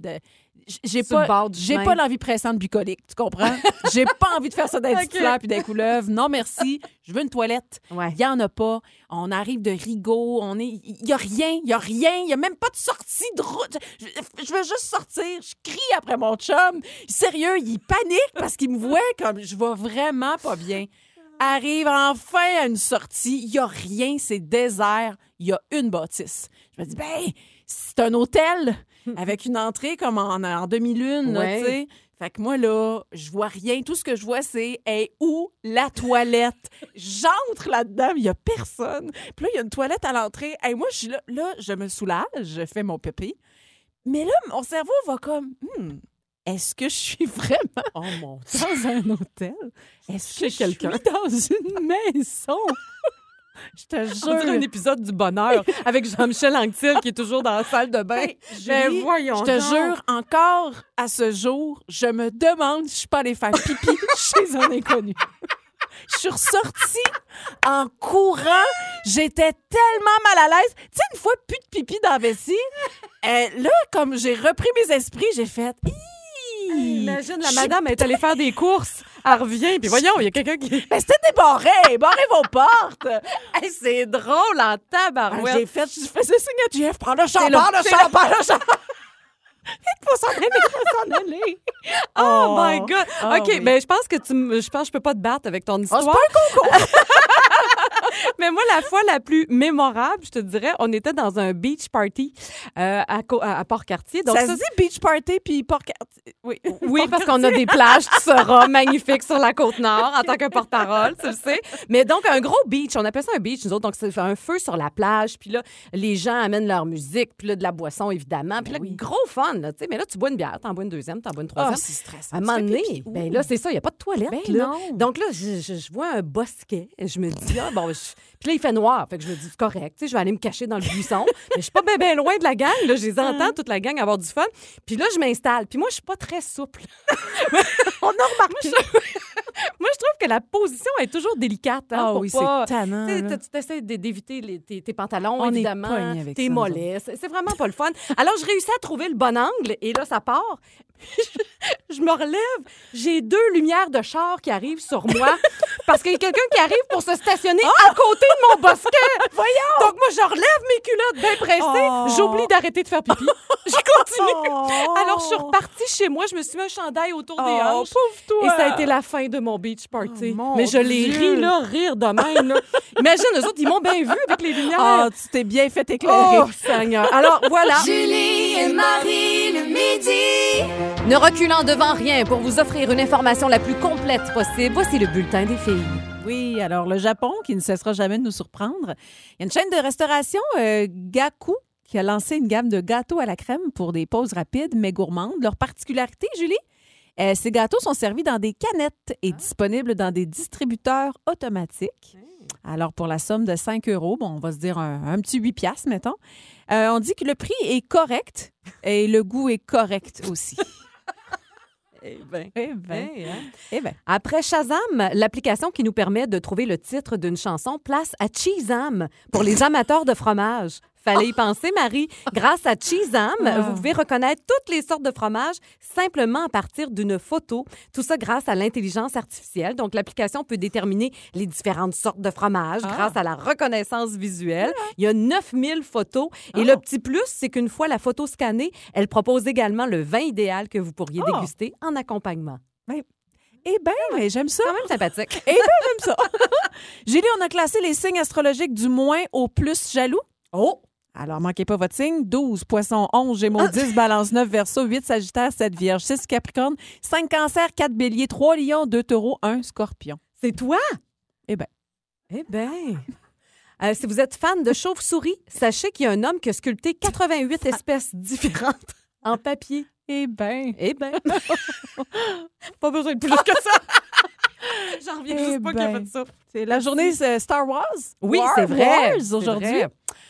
j'ai pas l'envie pressante bucolique, tu comprends? J'ai pas envie de faire ça d'un petit fleur puis d'un couleuvre. Non, merci. Je veux une toilette. Il y en a pas. On arrive de Rigaud. Il y a rien. Il y a même pas de sortie de route. Je veux juste sortir. Je crie après mon chum. Sérieux, il panique parce qu'il me voit comme je vais vraiment pas bien. Arrive enfin à une sortie. Il y a rien. C'est désert. Il y a une bâtisse. Je me dis, c'est un hôtel avec une entrée comme en demi-lune, là, tu sais. Fait que moi, là, je vois rien. Tout ce que je vois, c'est où la toilette? J'entre là-dedans, mais il n'y a personne. Puis là, il y a une toilette à l'entrée. Moi, je suis là, je me soulage, je fais mon pipi. Mais là, mon cerveau va comme... Est-ce que je suis vraiment dans un hôtel? Est-ce que je suis dans une maison? Je te jure. On dirait un épisode du bonheur avec Jean-Michel Anctil qui est toujours dans la salle de bain. Mais voyons, je te jure, encore à ce jour, je me demande si je suis pas allée faire pipi chez un inconnu. Je suis ressortie en courant. J'étais tellement mal à l'aise. Tu sais, une fois, plus de pipi dans la vessie. Là, comme j'ai repris mes esprits, j'ai fait... Imagine, la madame est allée faire des courses. Elle revient, puis voyons, il y a quelqu'un qui... Mais c'était débarré! Barrez vos portes! C'est drôle en tabarouette. Je faisais signe à Jeff. Prends le char, prends le char! Il faut s'en aller. Oh my God! OK, mais je pense que je peux pas te battre avec ton histoire. C'est pas un concours! Mais moi, la fois la plus mémorable, je te dirais, on était dans un beach party à Port-Cartier. Donc ça se dit beach party puis Port-Cartier. Oui, parce qu'on a des plages, tu sauras, magnifiques sur la Côte-Nord en tant que porte-parole, tu le sais. Mais donc, un gros beach, on appelle ça un beach, nous autres. Donc, c'est un feu sur la plage. Puis là, les gens amènent leur musique, puis là, de la boisson, évidemment. Puis là, gros fun, là, tu sais. Mais là, tu bois une bière, t'en bois une deuxième, t'en bois une troisième. C'est stressant. À un moment donné, ben là, c'est ça, il n'y a pas de toilette. Ben là. non. Donc là, je vois un bosquet. Je me dis, puis là, fait noir. Fait que je me dis, c'est correct. Tu sais, je vais aller me cacher dans le buisson. Mais je suis pas bien loin de la gang. Là, je les entends, toute la gang, avoir du fun. Puis là, je m'installe. Puis moi, je suis pas très souple. On a remarqué. Moi, je trouve que la position est toujours délicate. Hein, Ah pour oui, pas... c'est tannant. Tu essaies d'éviter tes pantalons, On est évidemment. pognés avec Tes ça, mollets. C'est vraiment pas le fun. Alors, je réussis à trouver le bon angle et là, ça part. Je me relève. J'ai 2 lumières de char qui arrivent sur moi parce qu'il y a quelqu'un qui arrive pour se stationner à côté de mon bosquet. Voyons! Donc, moi, je relève mes culottes bien pressées. J'oublie d'arrêter de faire pipi. Je continue. Alors, je suis repartie chez moi. Je me suis mis un chandail autour des hanches. Pauvre toi! Et ça a été la fin de mon beach party. mon Mais je les Dieu. ris, là, rire de même. Là. Imagine, eux autres, ils m'ont bien vu avec les lumières. Ah, tu t'es bien fait éclairer. Oh, Seigneur. Alors, voilà. Julie et Marie le midi. Ne reculant devant rien pour vous offrir une information la plus complète possible, voici le bulletin des filles. Oui, alors le Japon, qui ne cessera jamais de nous surprendre. Il y a une chaîne de restauration, Gaku, qui a lancé une gamme de gâteaux à la crème pour des pauses rapides mais gourmandes. Leur particularité, Julie, ces gâteaux sont servis dans des canettes et disponibles dans des distributeurs automatiques. Alors, pour la somme de 5 €, bon, on va se dire un petit 8 piastres, mettons. On dit que le prix est correct et le goût est correct aussi. Eh bien. Eh bien. Après Shazam, l'application qui nous permet de trouver le titre d'une chanson, place à Cheezam pour les amateurs de fromage. Fallait y penser, Marie. Grâce à Cheezam, vous pouvez reconnaître toutes les sortes de fromages simplement à partir d'une photo. Tout ça grâce à l'intelligence artificielle. Donc, l'application peut déterminer les différentes sortes de fromages grâce à la reconnaissance visuelle. Il y a 9000 photos. Et le petit plus, c'est qu'une fois la photo scannée, elle propose également le vin idéal que vous pourriez déguster en accompagnement. Eh bien, mais j'aime ça. C'est quand même sympathique. Eh bien, j'aime ça. Julie, on a classé les signes astrologiques du moins au plus jaloux. Oh! Alors, manquez pas votre signe. 12, Poisson, 11, Gémeaux, 10, Balance, 9, Verseau, 8, Sagittaire, 7, Vierge, 6, Capricorne, 5, Cancer, 4, Bélier, 3, Lion, 2, Taureau, 1, Scorpion. C'est toi? Eh bien. Eh bien. Si vous êtes fan de chauve-souris, sachez qu'il y a un homme qui a sculpté 88 espèces différentes en papier. Eh bien. Eh bien. Pas besoin de plus que ça. J'en reviens juste pas qu'il a fait ça. C'est la journée Star Wars? Oui, Wars, c'est vrai. Wars aujourd'hui. C'est vrai.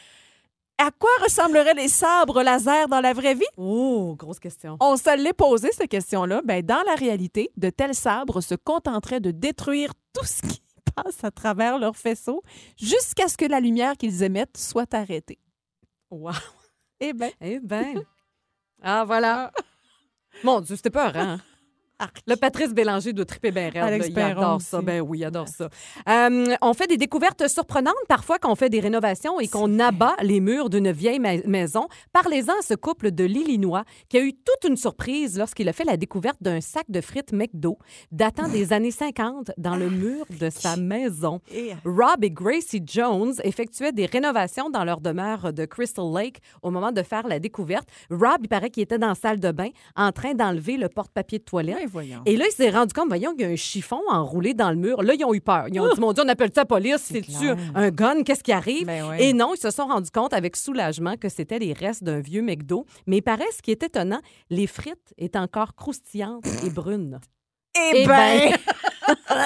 À quoi ressembleraient les sabres laser dans la vraie vie? Oh, grosse question. On se l'est posé, cette question-là. Ben, dans la réalité, de tels sabres se contenteraient de détruire tout ce qui passe à travers leur faisceau jusqu'à ce que la lumière qu'ils émettent soit arrêtée. Wow. Eh bien. Eh bien. Ah, voilà. Mon Dieu, c'était peur, hein? Le Patrice Bélanger doit triper bien raide. Alex Il Perron adore aussi. ça. Ben oui, il adore ça. On fait des découvertes surprenantes parfois quand on fait des rénovations et qu'on abat les murs d'une vieille maison. Parlez-en à ce couple de l'Illinois qui a eu toute une surprise lorsqu'il a fait la découverte d'un sac de frites McDo datant des années 50 dans le mur de sa maison. Rob et Gracie Jones effectuaient des rénovations dans leur demeure de Crystal Lake au moment de faire la découverte. Rob, il paraît qu'il était dans la salle de bain en train d'enlever le porte-papier de toilette. Oui, voyons. Et là, il s'est rendu compte, voyons, qu'il y a un chiffon enroulé dans le mur. Là, ils ont eu peur. Ils ont dit, mon Dieu, on appelle ça la police. C'est-tu clair. un gun? Qu'est-ce qui arrive? Ben ouais. Et non, ils se sont rendus compte avec soulagement que c'était les restes d'un vieux McDo. Mais il paraît, ce qui est étonnant, les frites étaient encore croustillantes et brunes. Eh bien! ben.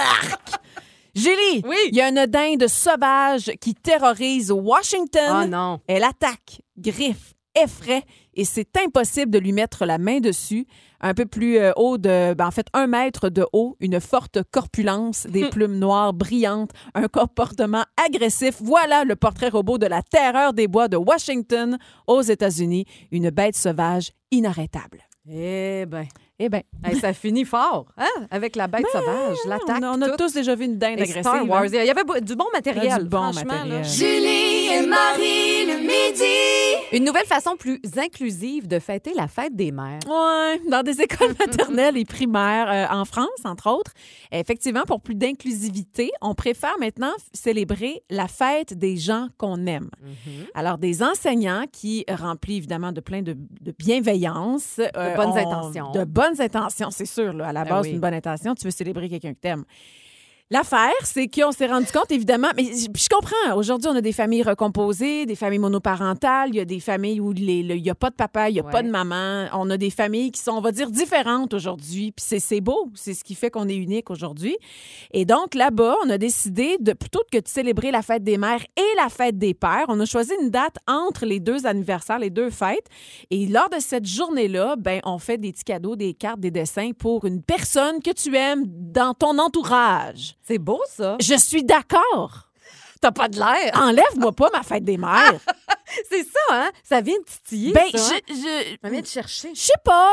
Julie, Oui. il y a une dinde sauvage qui terrorise Washington. Ah non. Elle attaque, griffe, effraie et c'est impossible de lui mettre la main dessus. Un peu plus haut en fait, 1 mètre de haut, une forte corpulence, des plumes noires brillantes, un comportement agressif. Voilà le portrait robot de la terreur des bois de Washington aux États-Unis. Une bête sauvage inarrêtable. Eh bien. Eh bien. Ça finit fort, hein? Avec la bête sauvage, l'attaque. On a tout. tous déjà vu une dinde Et agressive. Star Wars. hein? Il y avait du bon matériel, Du bon franchement. matériel. Là. Julie et Marie le midi. Une nouvelle façon plus inclusive de fêter la fête des mères. Oui, dans des écoles maternelles et primaires en France, entre autres. Effectivement, pour plus d'inclusivité, on préfère maintenant célébrer la fête des gens qu'on aime. Alors, des enseignants qui remplissent évidemment de plein de bienveillance. De bonnes intentions. De bonnes intentions, c'est sûr. Là, à la Ben base, oui. une bonne intention, tu veux célébrer quelqu'un que t'aimes. L'affaire, c'est qu'on s'est rendu compte, évidemment, mais je comprends. Aujourd'hui, on a des familles recomposées, des familles monoparentales. Il y a des familles où il n'y a pas de papa, il n'y a pas de maman. On a des familles qui sont, on va dire, différentes aujourd'hui. Puis c'est beau. C'est ce qui fait qu'on est unique aujourd'hui. Et donc, là-bas, on a décidé de, plutôt que de célébrer la fête des mères et la fête des pères, on a choisi une date entre les deux anniversaires, les deux fêtes. Et lors de cette journée-là, ben, on fait des petits cadeaux, des cartes, des dessins pour une personne que tu aimes dans ton entourage. C'est beau, ça. Je suis d'accord. T'as pas de l'air. Enlève-moi pas ma fête des mères. C'est ça, hein? Ça vient de titiller, Ben, ça. Ça vient de chercher. Je sais pas,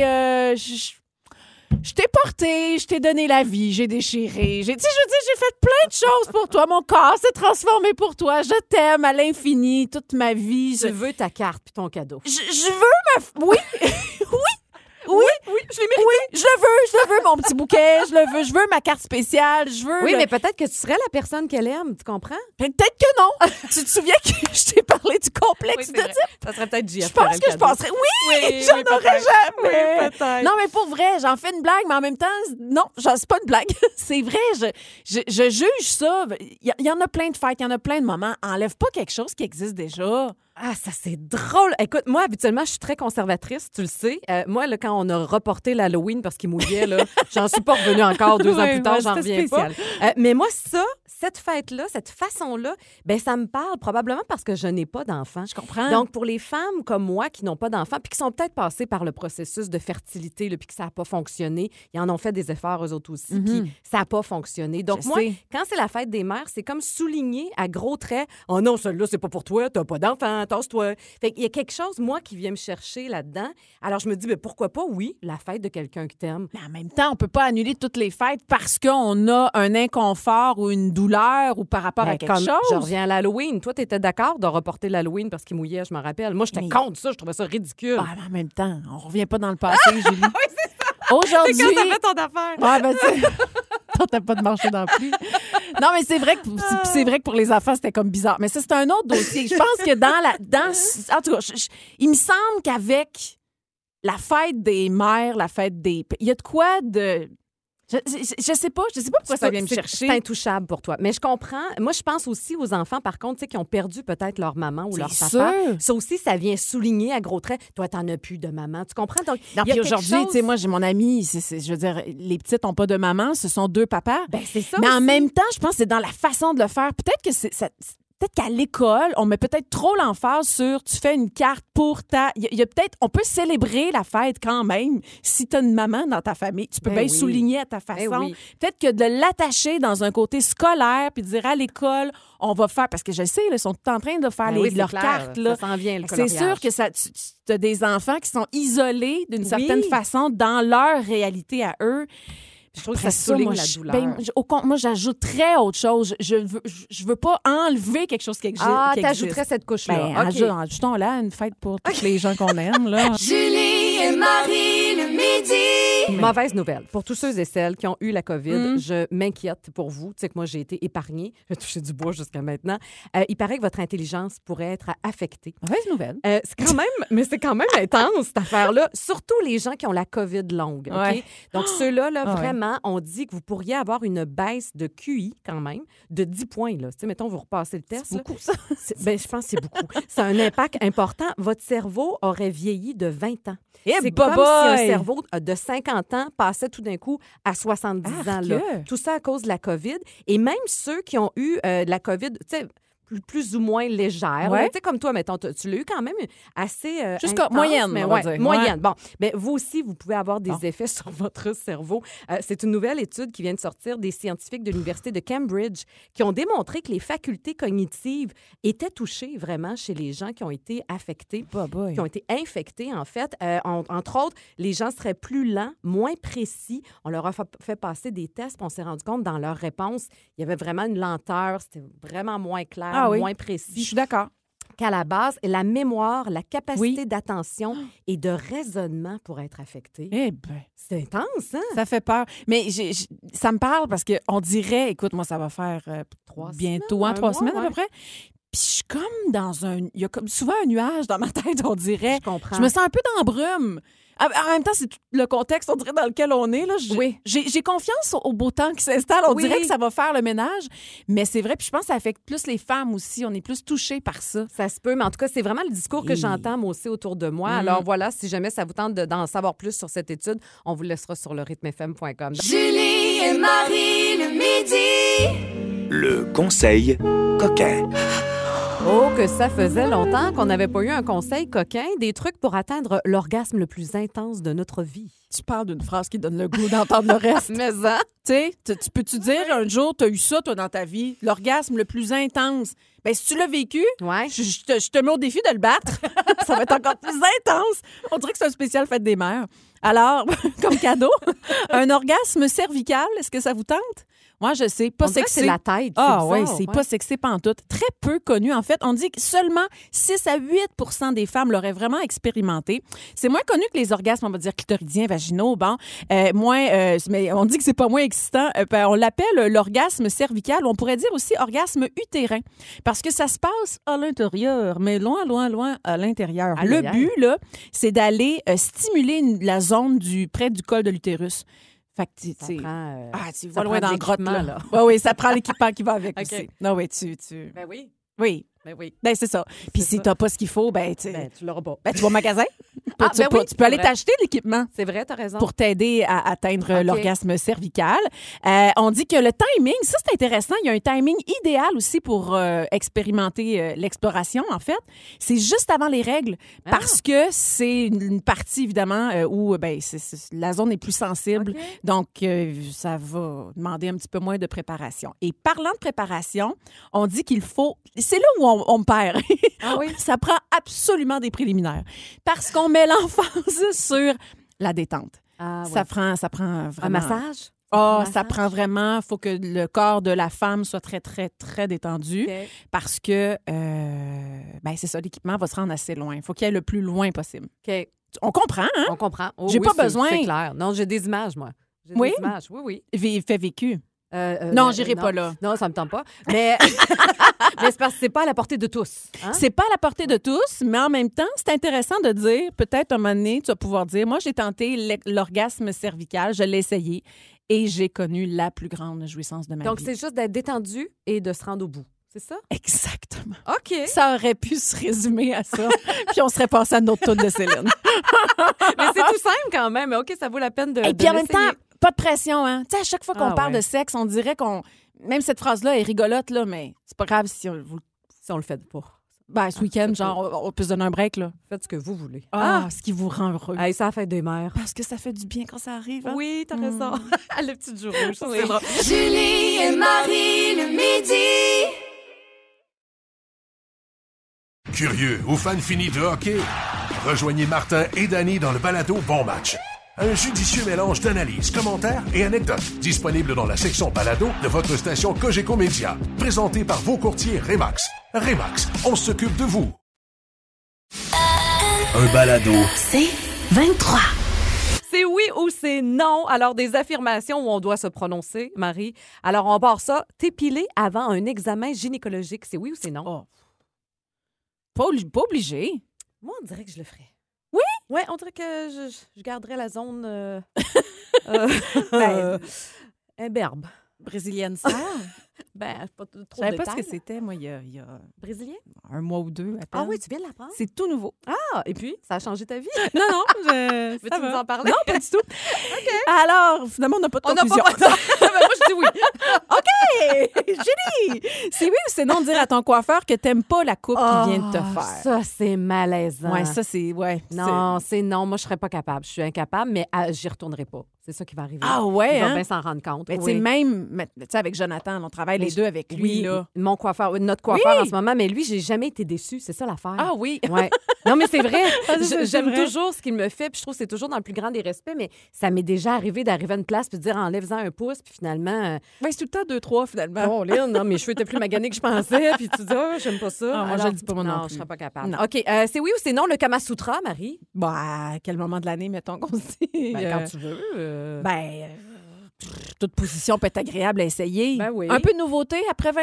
je t'ai porté, je t'ai donné la vie, j'ai déchiré. J'ai fait plein de choses pour toi. Mon corps s'est transformé pour toi. Je t'aime à l'infini, toute ma vie. Je veux ta carte puis ton cadeau. Je veux Oui. Oui, je l'ai mérité. Oui, je le veux, mon petit bouquet, je veux ma carte spéciale, Oui, mais peut-être que tu serais la personne qu'elle aime, tu comprends? Peut-être que non. Tu te souviens que je t'ai parlé du complexe de type? Ça serait peut-être JF. Je pense que je penserais. Oui, j'en aurais jamais. Oui, peut-être. Non, mais pour vrai, j'en fais une blague, mais en même temps, non, c'est pas une blague. C'est vrai, je juge ça. Il y en a plein de fêtes, il y en a plein de moments. Enlève pas quelque chose qui existe déjà. Ah, ça, c'est drôle. Écoute, moi, habituellement, je suis très conservatrice, tu le sais. Moi, là, quand on a reporté l'Halloween parce qu'il mouillait, là, j'en suis pas revenue encore 2 ans plus tard, j'en reviens pas. Mais moi, cette fête-là, cette façon-là, ben ça me parle probablement parce que je n'ai pas d'enfant. Je comprends. Donc, pour les femmes comme moi qui n'ont pas d'enfant puis qui sont peut-être passées par le processus de fertilité là, puis que ça n'a pas fonctionné, ils en ont fait des efforts eux autres aussi, puis ça n'a pas fonctionné. Donc, moi, quand c'est la fête des mères, c'est comme souligner à gros traits « Oh non, celle-là, c'est pas pour toi, t'as pas d'enfant, tasse-toi. » Fait qu'il y a quelque chose, moi, qui vient me chercher là-dedans. Alors, je me dis, ben, pourquoi pas, oui, la fête de quelqu'un que t'aimes. Mais en même temps, on peut pas annuler toutes les fêtes parce qu'on a un inconfort ou une douleur ou par rapport à quelque chose. Je reviens à l'Halloween. Toi, t'étais d'accord de reporter l'Halloween parce qu'il mouillait, je me rappelle. Moi, j'étais contre ça. Je trouvais ça ridicule. Ah, mais en même temps, on revient pas dans le passé, Julie. Oui, c'est ça. Aujourd'hui... C'est quand t'as fait ton affaire. Ouais, ben, toi, t'as pas de marché dans le prix. Non, mais c'est vrai que pour les enfants, c'était comme bizarre. Mais ça, c'est un autre dossier. Je pense que en tout cas, il me semble qu'avec la fête des mères, la fête des... Il y a de quoi de... Je sais pas pourquoi ça vient me chercher. C'est intouchable pour toi. Mais je comprends. Moi, je pense aussi aux enfants, par contre, qui ont perdu peut-être leur maman ou leur papa. Sûr. Ça aussi, ça vient souligner à gros traits. Toi, t'en as plus de maman. Tu comprends? Donc, puis aujourd'hui, tu sais, moi, j'ai mon amie, je veux dire, les petites n'ont pas de maman, ce sont 2 papas. Ben, c'est ça. Mais aussi. en même temps, je pense que c'est dans la façon de le faire. Peut-être que peut-être qu'à l'école, on met peut-être trop l'emphase sur tu fais une carte pour ta... Il y a peut-être... On peut célébrer la fête quand même si tu as une maman dans ta famille. Tu peux bien souligner à ta façon. Oui. Peut-être que de l'attacher dans un côté scolaire puis de dire à l'école, on va faire... Parce que je sais, là, ils sont tout en train de faire leurs cartes. Là. Ça s'en vient, le c'est sûr que tu as des enfants qui sont isolés d'une certaine façon dans leur réalité à eux. Je trouve que ça souligne la douleur. Moi, j'ajouterais autre chose. Je veux pas enlever quelque chose qui existe. Ah, t'ajouterais cette couche-là. Ajoutons-la une fête pour tous les gens qu'on aime. Là. Julie et Marie, le midi. Mauvaise nouvelle. Pour tous ceux et celles qui ont eu la COVID, je m'inquiète pour vous. Tu sais que moi, j'ai été épargnée. J'ai touché du bois jusqu'à maintenant. Il paraît que votre intelligence pourrait être affectée. Mauvaise nouvelle. C'est quand même intense, cette affaire-là. Surtout les gens qui ont la COVID longue. Okay? Ouais. Donc, ceux-là, vraiment, on dit que vous pourriez avoir une baisse de QI, quand même, de 10 points. Là. Tu sais, mettons, vous repassez le test. C'est beaucoup, ça. Je pense que c'est beaucoup. C'est un impact important. Votre cerveau aurait vieilli de 20 ans. C'est comme si un cerveau de 50 ans passait tout d'un coup à 70 ans. Là. Tout ça à cause de la COVID. Et même ceux qui ont eu la COVID, tu sais, plus ou moins légère. Ouais. Tu sais, comme toi, mettons, tu l'as eu quand même assez jusqu'à intense, moyenne, mais on va dire. moyenne. Bon, mais vous aussi, vous pouvez avoir des effets sur votre cerveau. C'est une nouvelle étude qui vient de sortir des scientifiques de l'Université de Cambridge qui ont démontré que les facultés cognitives étaient touchées vraiment chez les gens qui ont été affectés, qui ont été infectés, en fait. Entre autres, les gens seraient plus lents, moins précis. On leur a fait passer des tests, puis on s'est rendu compte dans leurs réponses, il y avait vraiment une lenteur, c'était vraiment moins clair. Moins précis. Je suis d'accord. Qu'à la base, la mémoire, la capacité d'attention et de raisonnement pourraient être affectées. Eh bien. C'est intense, hein? Ça fait peur. Mais ça me parle parce qu'on dirait, écoute, moi, ça va faire 3 semaines à peu près. Puis je suis comme dans un... Il y a comme souvent un nuage dans ma tête, on dirait. Je comprends. Je me sens un peu dans la brume. En même temps, c'est tout le contexte, on dirait, dans lequel on est. Là. J'ai confiance au beau temps qui s'installe. On dirait que ça va faire le ménage. Mais c'est vrai, puis je pense que ça affecte plus les femmes aussi. On est plus touchés par ça. Ça se peut, mais en tout cas, c'est vraiment le discours que j'entends, moi aussi, autour de moi. Alors voilà, si jamais ça vous tente d'en savoir plus sur cette étude, on vous le laissera sur le rythmefm.com. Julie et Marie le midi. Le conseil coquin. Oh, que ça faisait longtemps qu'on n'avait pas eu un conseil coquin, des trucs pour atteindre l'orgasme le plus intense de notre vie. Tu parles d'une phrase qui donne le goût d'entendre le reste. Mais ça, Tu sais, tu peux-tu dire un jour, tu as eu ça, toi, dans ta vie, l'orgasme le plus intense? Bien, si tu l'as vécu, ouais. je te mets au défi de le battre. Ça va être encore plus intense. On dirait que c'est un spécial fête des mères. Alors, comme cadeau, un orgasme cervical, est-ce que ça vous tente? Moi, je sais, pas on dirait que sexy. c'est la tête. Ah oui, oui, c'est pas sexy pantoute. Très peu connu, en fait. On dit que seulement 6 à 8 des femmes l'auraient vraiment expérimenté. C'est moins connu que les orgasmes, on va dire, clitoridiens, vaginaux. Bon, mais on dit que c'est pas moins excitant. On l'appelle l'orgasme cervical. On pourrait dire aussi orgasme utérin. Parce que ça se passe à l'intérieur, mais loin, loin, loin à l'intérieur. Aïe, Le aïe, but, là, c'est d'aller stimuler la zone près du col de l'utérus. Fait que tu prend, tu ça vas loin prend dans de la grotte, là. l'équipement, Oui, ça prend l'équipement qui va avec OK. aussi. Non, oui, Ben oui. Oui. Ben oui. Ben, c'est ça. Puis si ça. t'as pas ce qu'il faut, ben, Tu l'auras pas. tu vas au magasin. Tu peux aller vrai. t'acheter de l'équipement C'est vrai, t'as raison. pour t'aider à atteindre OK. l'orgasme cervical. On dit que le timing, ça, c'est intéressant. Il y a un timing idéal aussi pour expérimenter l'exploration, en fait. C'est juste avant les règles parce que c'est une partie, évidemment, où la zone est plus sensible. OK. Donc, ça va demander un petit peu moins de préparation. Et parlant de préparation, on dit qu'il faut... C'est là où on me perd. Ah oui? Ça prend absolument des préliminaires. Parce qu'on met l'emphase sur la détente. Ah, ouais. Ça prend vraiment... Un massage? Ah, Un ça massage? prend vraiment... Il faut que le corps de la femme soit très, très, très détendu. OK. Parce que, c'est ça, l'équipement va se rendre assez loin. Il faut qu'il y ait le plus loin possible. OK. On comprend, hein? On comprend. Oh, J'ai oui, pas c'est- besoin. C'est clair. Non, j'ai des images, moi. J'ai Oui? des images. Oui, oui. Fait vécu. Non, j'irai pas là. Non, ça me tente pas. Mais, mais c'est parce que c'est pas à la portée de tous. Hein? C'est pas à la portée de tous, mais en même temps, c'est intéressant de dire, peut-être un moment donné, tu vas pouvoir dire, moi, j'ai tenté l'orgasme cervical, je l'ai essayé et j'ai connu la plus grande jouissance de ma Donc, vie. c'est juste d'être détendu et de se rendre au bout. C'est ça? Exactement. OK. Ça aurait pu se résumer à ça, puis on serait passé à notre tour de Céline. Mais c'est tout simple quand même. OK, ça vaut la peine de. Et de puis en même l'essayer. temps, pas de pression, hein. Tu sais, à chaque fois qu'on Ah, parle ouais. de sexe, on dirait qu'on... Même cette phrase-là est rigolote, là, mais c'est pas grave si Si on le fait pas. ce week-end, genre, on peut se donner un break, là. Faites ce que vous voulez. Ce qui vous rend heureux. Hey, ça a fait des mères. Parce que ça fait du bien quand ça arrive, hein? Oui, t'as raison. Le petit jour rouge, ça, Oui. c'est drôle. Julie et Marie le midi. Curieux ou fan fini de hockey? Rejoignez Martin et Danny dans le balado Bon Match. Un judicieux mélange d'analyses, commentaires et anecdotes. Disponible dans la section balado de votre station Cogeco Média. Présenté par vos courtiers Remax. Remax, on s'occupe de vous. Un balado. C'est 23. C'est oui ou c'est non. Alors, des affirmations où on doit se prononcer, Marie. Alors, on part ça. T'épiler avant un examen gynécologique, c'est oui ou c'est non? Oh. Pas obligé. Moi, on dirait que je le ferais. Oui? Oui, on dirait que je garderais la zone imberbe. Brésilienne sœur. Ben, pas trop Je savais de pas ce que détails. c'était, moi, il y a Brésilien? un mois ou deux à peine. Ah oui, tu viens de l'apprendre? C'est tout nouveau. Ah, et puis, ça a changé ta vie? Non, non, Veux-tu ça nous va. en parler? Non, pas du tout. Alors, finalement, on n'a pas de On n'a conclusion. pas... Ben, moi, je dis oui. OK! Julie! C'est oui ou c'est non de dire à ton coiffeur que t'aimes pas la coupe qu'il vient de te faire? Ça, c'est malaisant. Ouais, ça, c'est... Ouais. Non, c'est non. Moi, je serais pas capable. Je suis incapable, mais j'y retournerai pas. C'est ça qui va arriver. Ah ouais, Il va hein? bien s'en rendre compte. Mais tu oui. sais, même, tu sais, avec Jonathan, on travaille Mais les deux avec lui, Oui, là. mon coiffeur, notre coiffeur Oui. en ce moment, mais lui, j'ai jamais été déçue. C'est ça l'affaire. Ah oui! Ouais. Non, mais c'est vrai. C'est J'aime vrai. toujours ce qu'il me fait, puis je trouve que c'est toujours dans le plus grand des respects, mais ça m'est déjà arrivé d'arriver à une place puis de dire enlève-en un pouce, puis finalement. Ben, c'est tout le temps 2-3, finalement. Oh, Lynn, non, mes cheveux étaient plus maganés que je pensais, puis tu dis, oh, j'aime pas ça. Ah, moi, je le dis pas, moi non non plus. je serais pas capable. Non. OK, c'est oui ou c'est non le Kama Sutra, Marie? Bah, à quel moment de l'année, mettons qu'on se dit? Ben, quand tu veux. Toute position peut être agréable à essayer. Ben oui. Un peu de nouveauté après 20 ans?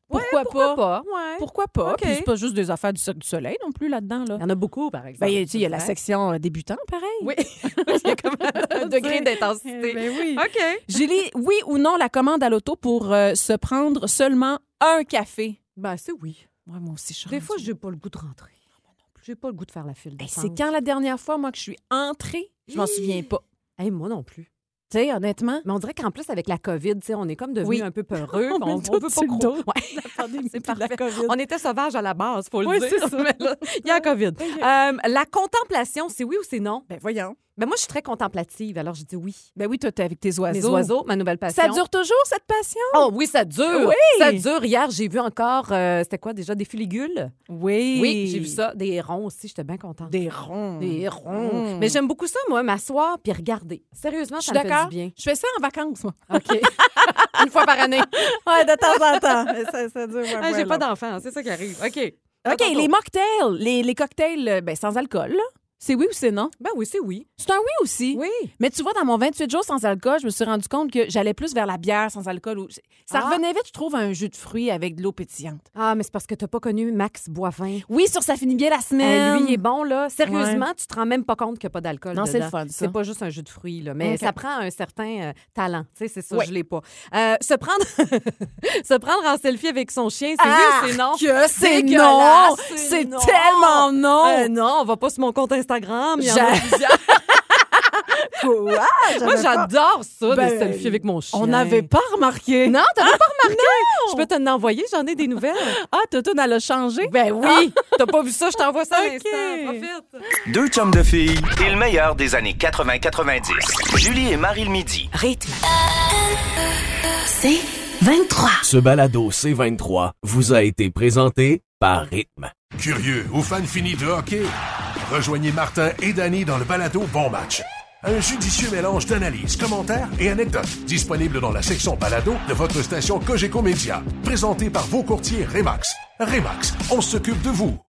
Pourquoi pas? Ouais. Pourquoi pas? OK. Puis c'est pas juste des affaires du Cirque du Soleil non plus là-dedans. Là. Il y en a beaucoup, par exemple. Ben, il y a la section débutant, pareil. Oui. Il y a comme un degré d'intensité. Ben oui. OK. Julie, oui ou non, la commande à l'auto pour se prendre seulement un café? Ben, c'est oui. Ouais, moi aussi, je suis Des fois, rendue. j'ai pas le goût de rentrer. J'ai pas le goût de faire la file Hey, d'attente. c'est quand la dernière fois, moi, que je suis entrée? Je m'en souviens pas. Hey, moi non plus. Tu sais, honnêtement. Mais on dirait qu'en plus, avec la COVID, tu sais, on est comme devenu Oui. un peu peureux. On met on le veut dos pas sur le dos. Ouais. C'est puis de la parfait. COVID. On était sauvages à la base, faut le Oui, dire. c'est ça. Mais là, il y a la COVID. La contemplation, c'est oui ou c'est non? Ben, voyons. Ben moi, je suis très contemplative, alors je dis oui. Ben oui, toi, t'es avec tes oiseaux. Mes oiseaux, ma nouvelle passion. Ça dure toujours, cette passion? Oh oui, ça dure. Oui. Ça dure. Hier, j'ai vu encore, c'était quoi déjà, des filigules? Oui. Oui, j'ai vu ça. Des hérons aussi, j'étais bien contente. Des ronds. Des hérons. Mais j'aime beaucoup ça, moi, m'asseoir puis regarder. Sérieusement, Je suis ça me fait d'accord. du bien. Je fais ça en vacances, moi. OK. Une fois par année. Ouais, de temps en temps. Ça dure. Ah, j'ai pas d'enfant, c'est ça qui arrive. OK. OK, les mocktails, les cocktails sans alcool, là. C'est oui ou c'est non? Ben oui, c'est oui. C'est un oui aussi. Oui. Mais tu vois, dans mon 28 jours sans alcool, je me suis rendu compte que j'allais plus vers la bière sans alcool. Ça revenait vite, je trouve, à un jus de fruits avec de l'eau pétillante. Ah, mais c'est parce que t'as pas connu Max Boivin. Oui, sur ça finit bien la semaine. Lui, il est bon, là. Sérieusement, tu te rends même pas compte qu'il n'y a pas d'alcool Non, dedans. c'est le fun, ça. C'est pas juste un jus de fruits, là. Mais OK. ça prend un certain talent. Tu sais, c'est ça, Oui. je l'ai pas. Se prendre en selfie avec son chien, c'est oui ou c'est non? Que c'est non! Dégueulasse, C'est non. tellement non! Non, on va pas sur mon compte Instagram. Il y en a plusieurs. Quoi? Moi, j'adore ça, Ben, des selfies avec mon chien. On n'avait pas remarqué. Non, t'avais pas remarqué? Je peux te l'envoyer, j'en ai des nouvelles. Ah, Toto, elle a changé? Ben oui! T'as pas vu ça? Je t'envoie ça à OK. l'instant. Profite. Deux chums de filles et le meilleur des années 80-90. Julie et Marie le midi. Rythme. C'est 23. Ce balado C23 vous a été présenté par Rythme. Curieux ou fan fini de hockey? Rejoignez Martin et Danny dans le balado Bon Match. Un judicieux mélange d'analyses, commentaires et anecdotes. Disponible dans la section balado de votre station Cogeco Média. Présenté par vos courtiers Remax. Remax, on s'occupe de vous.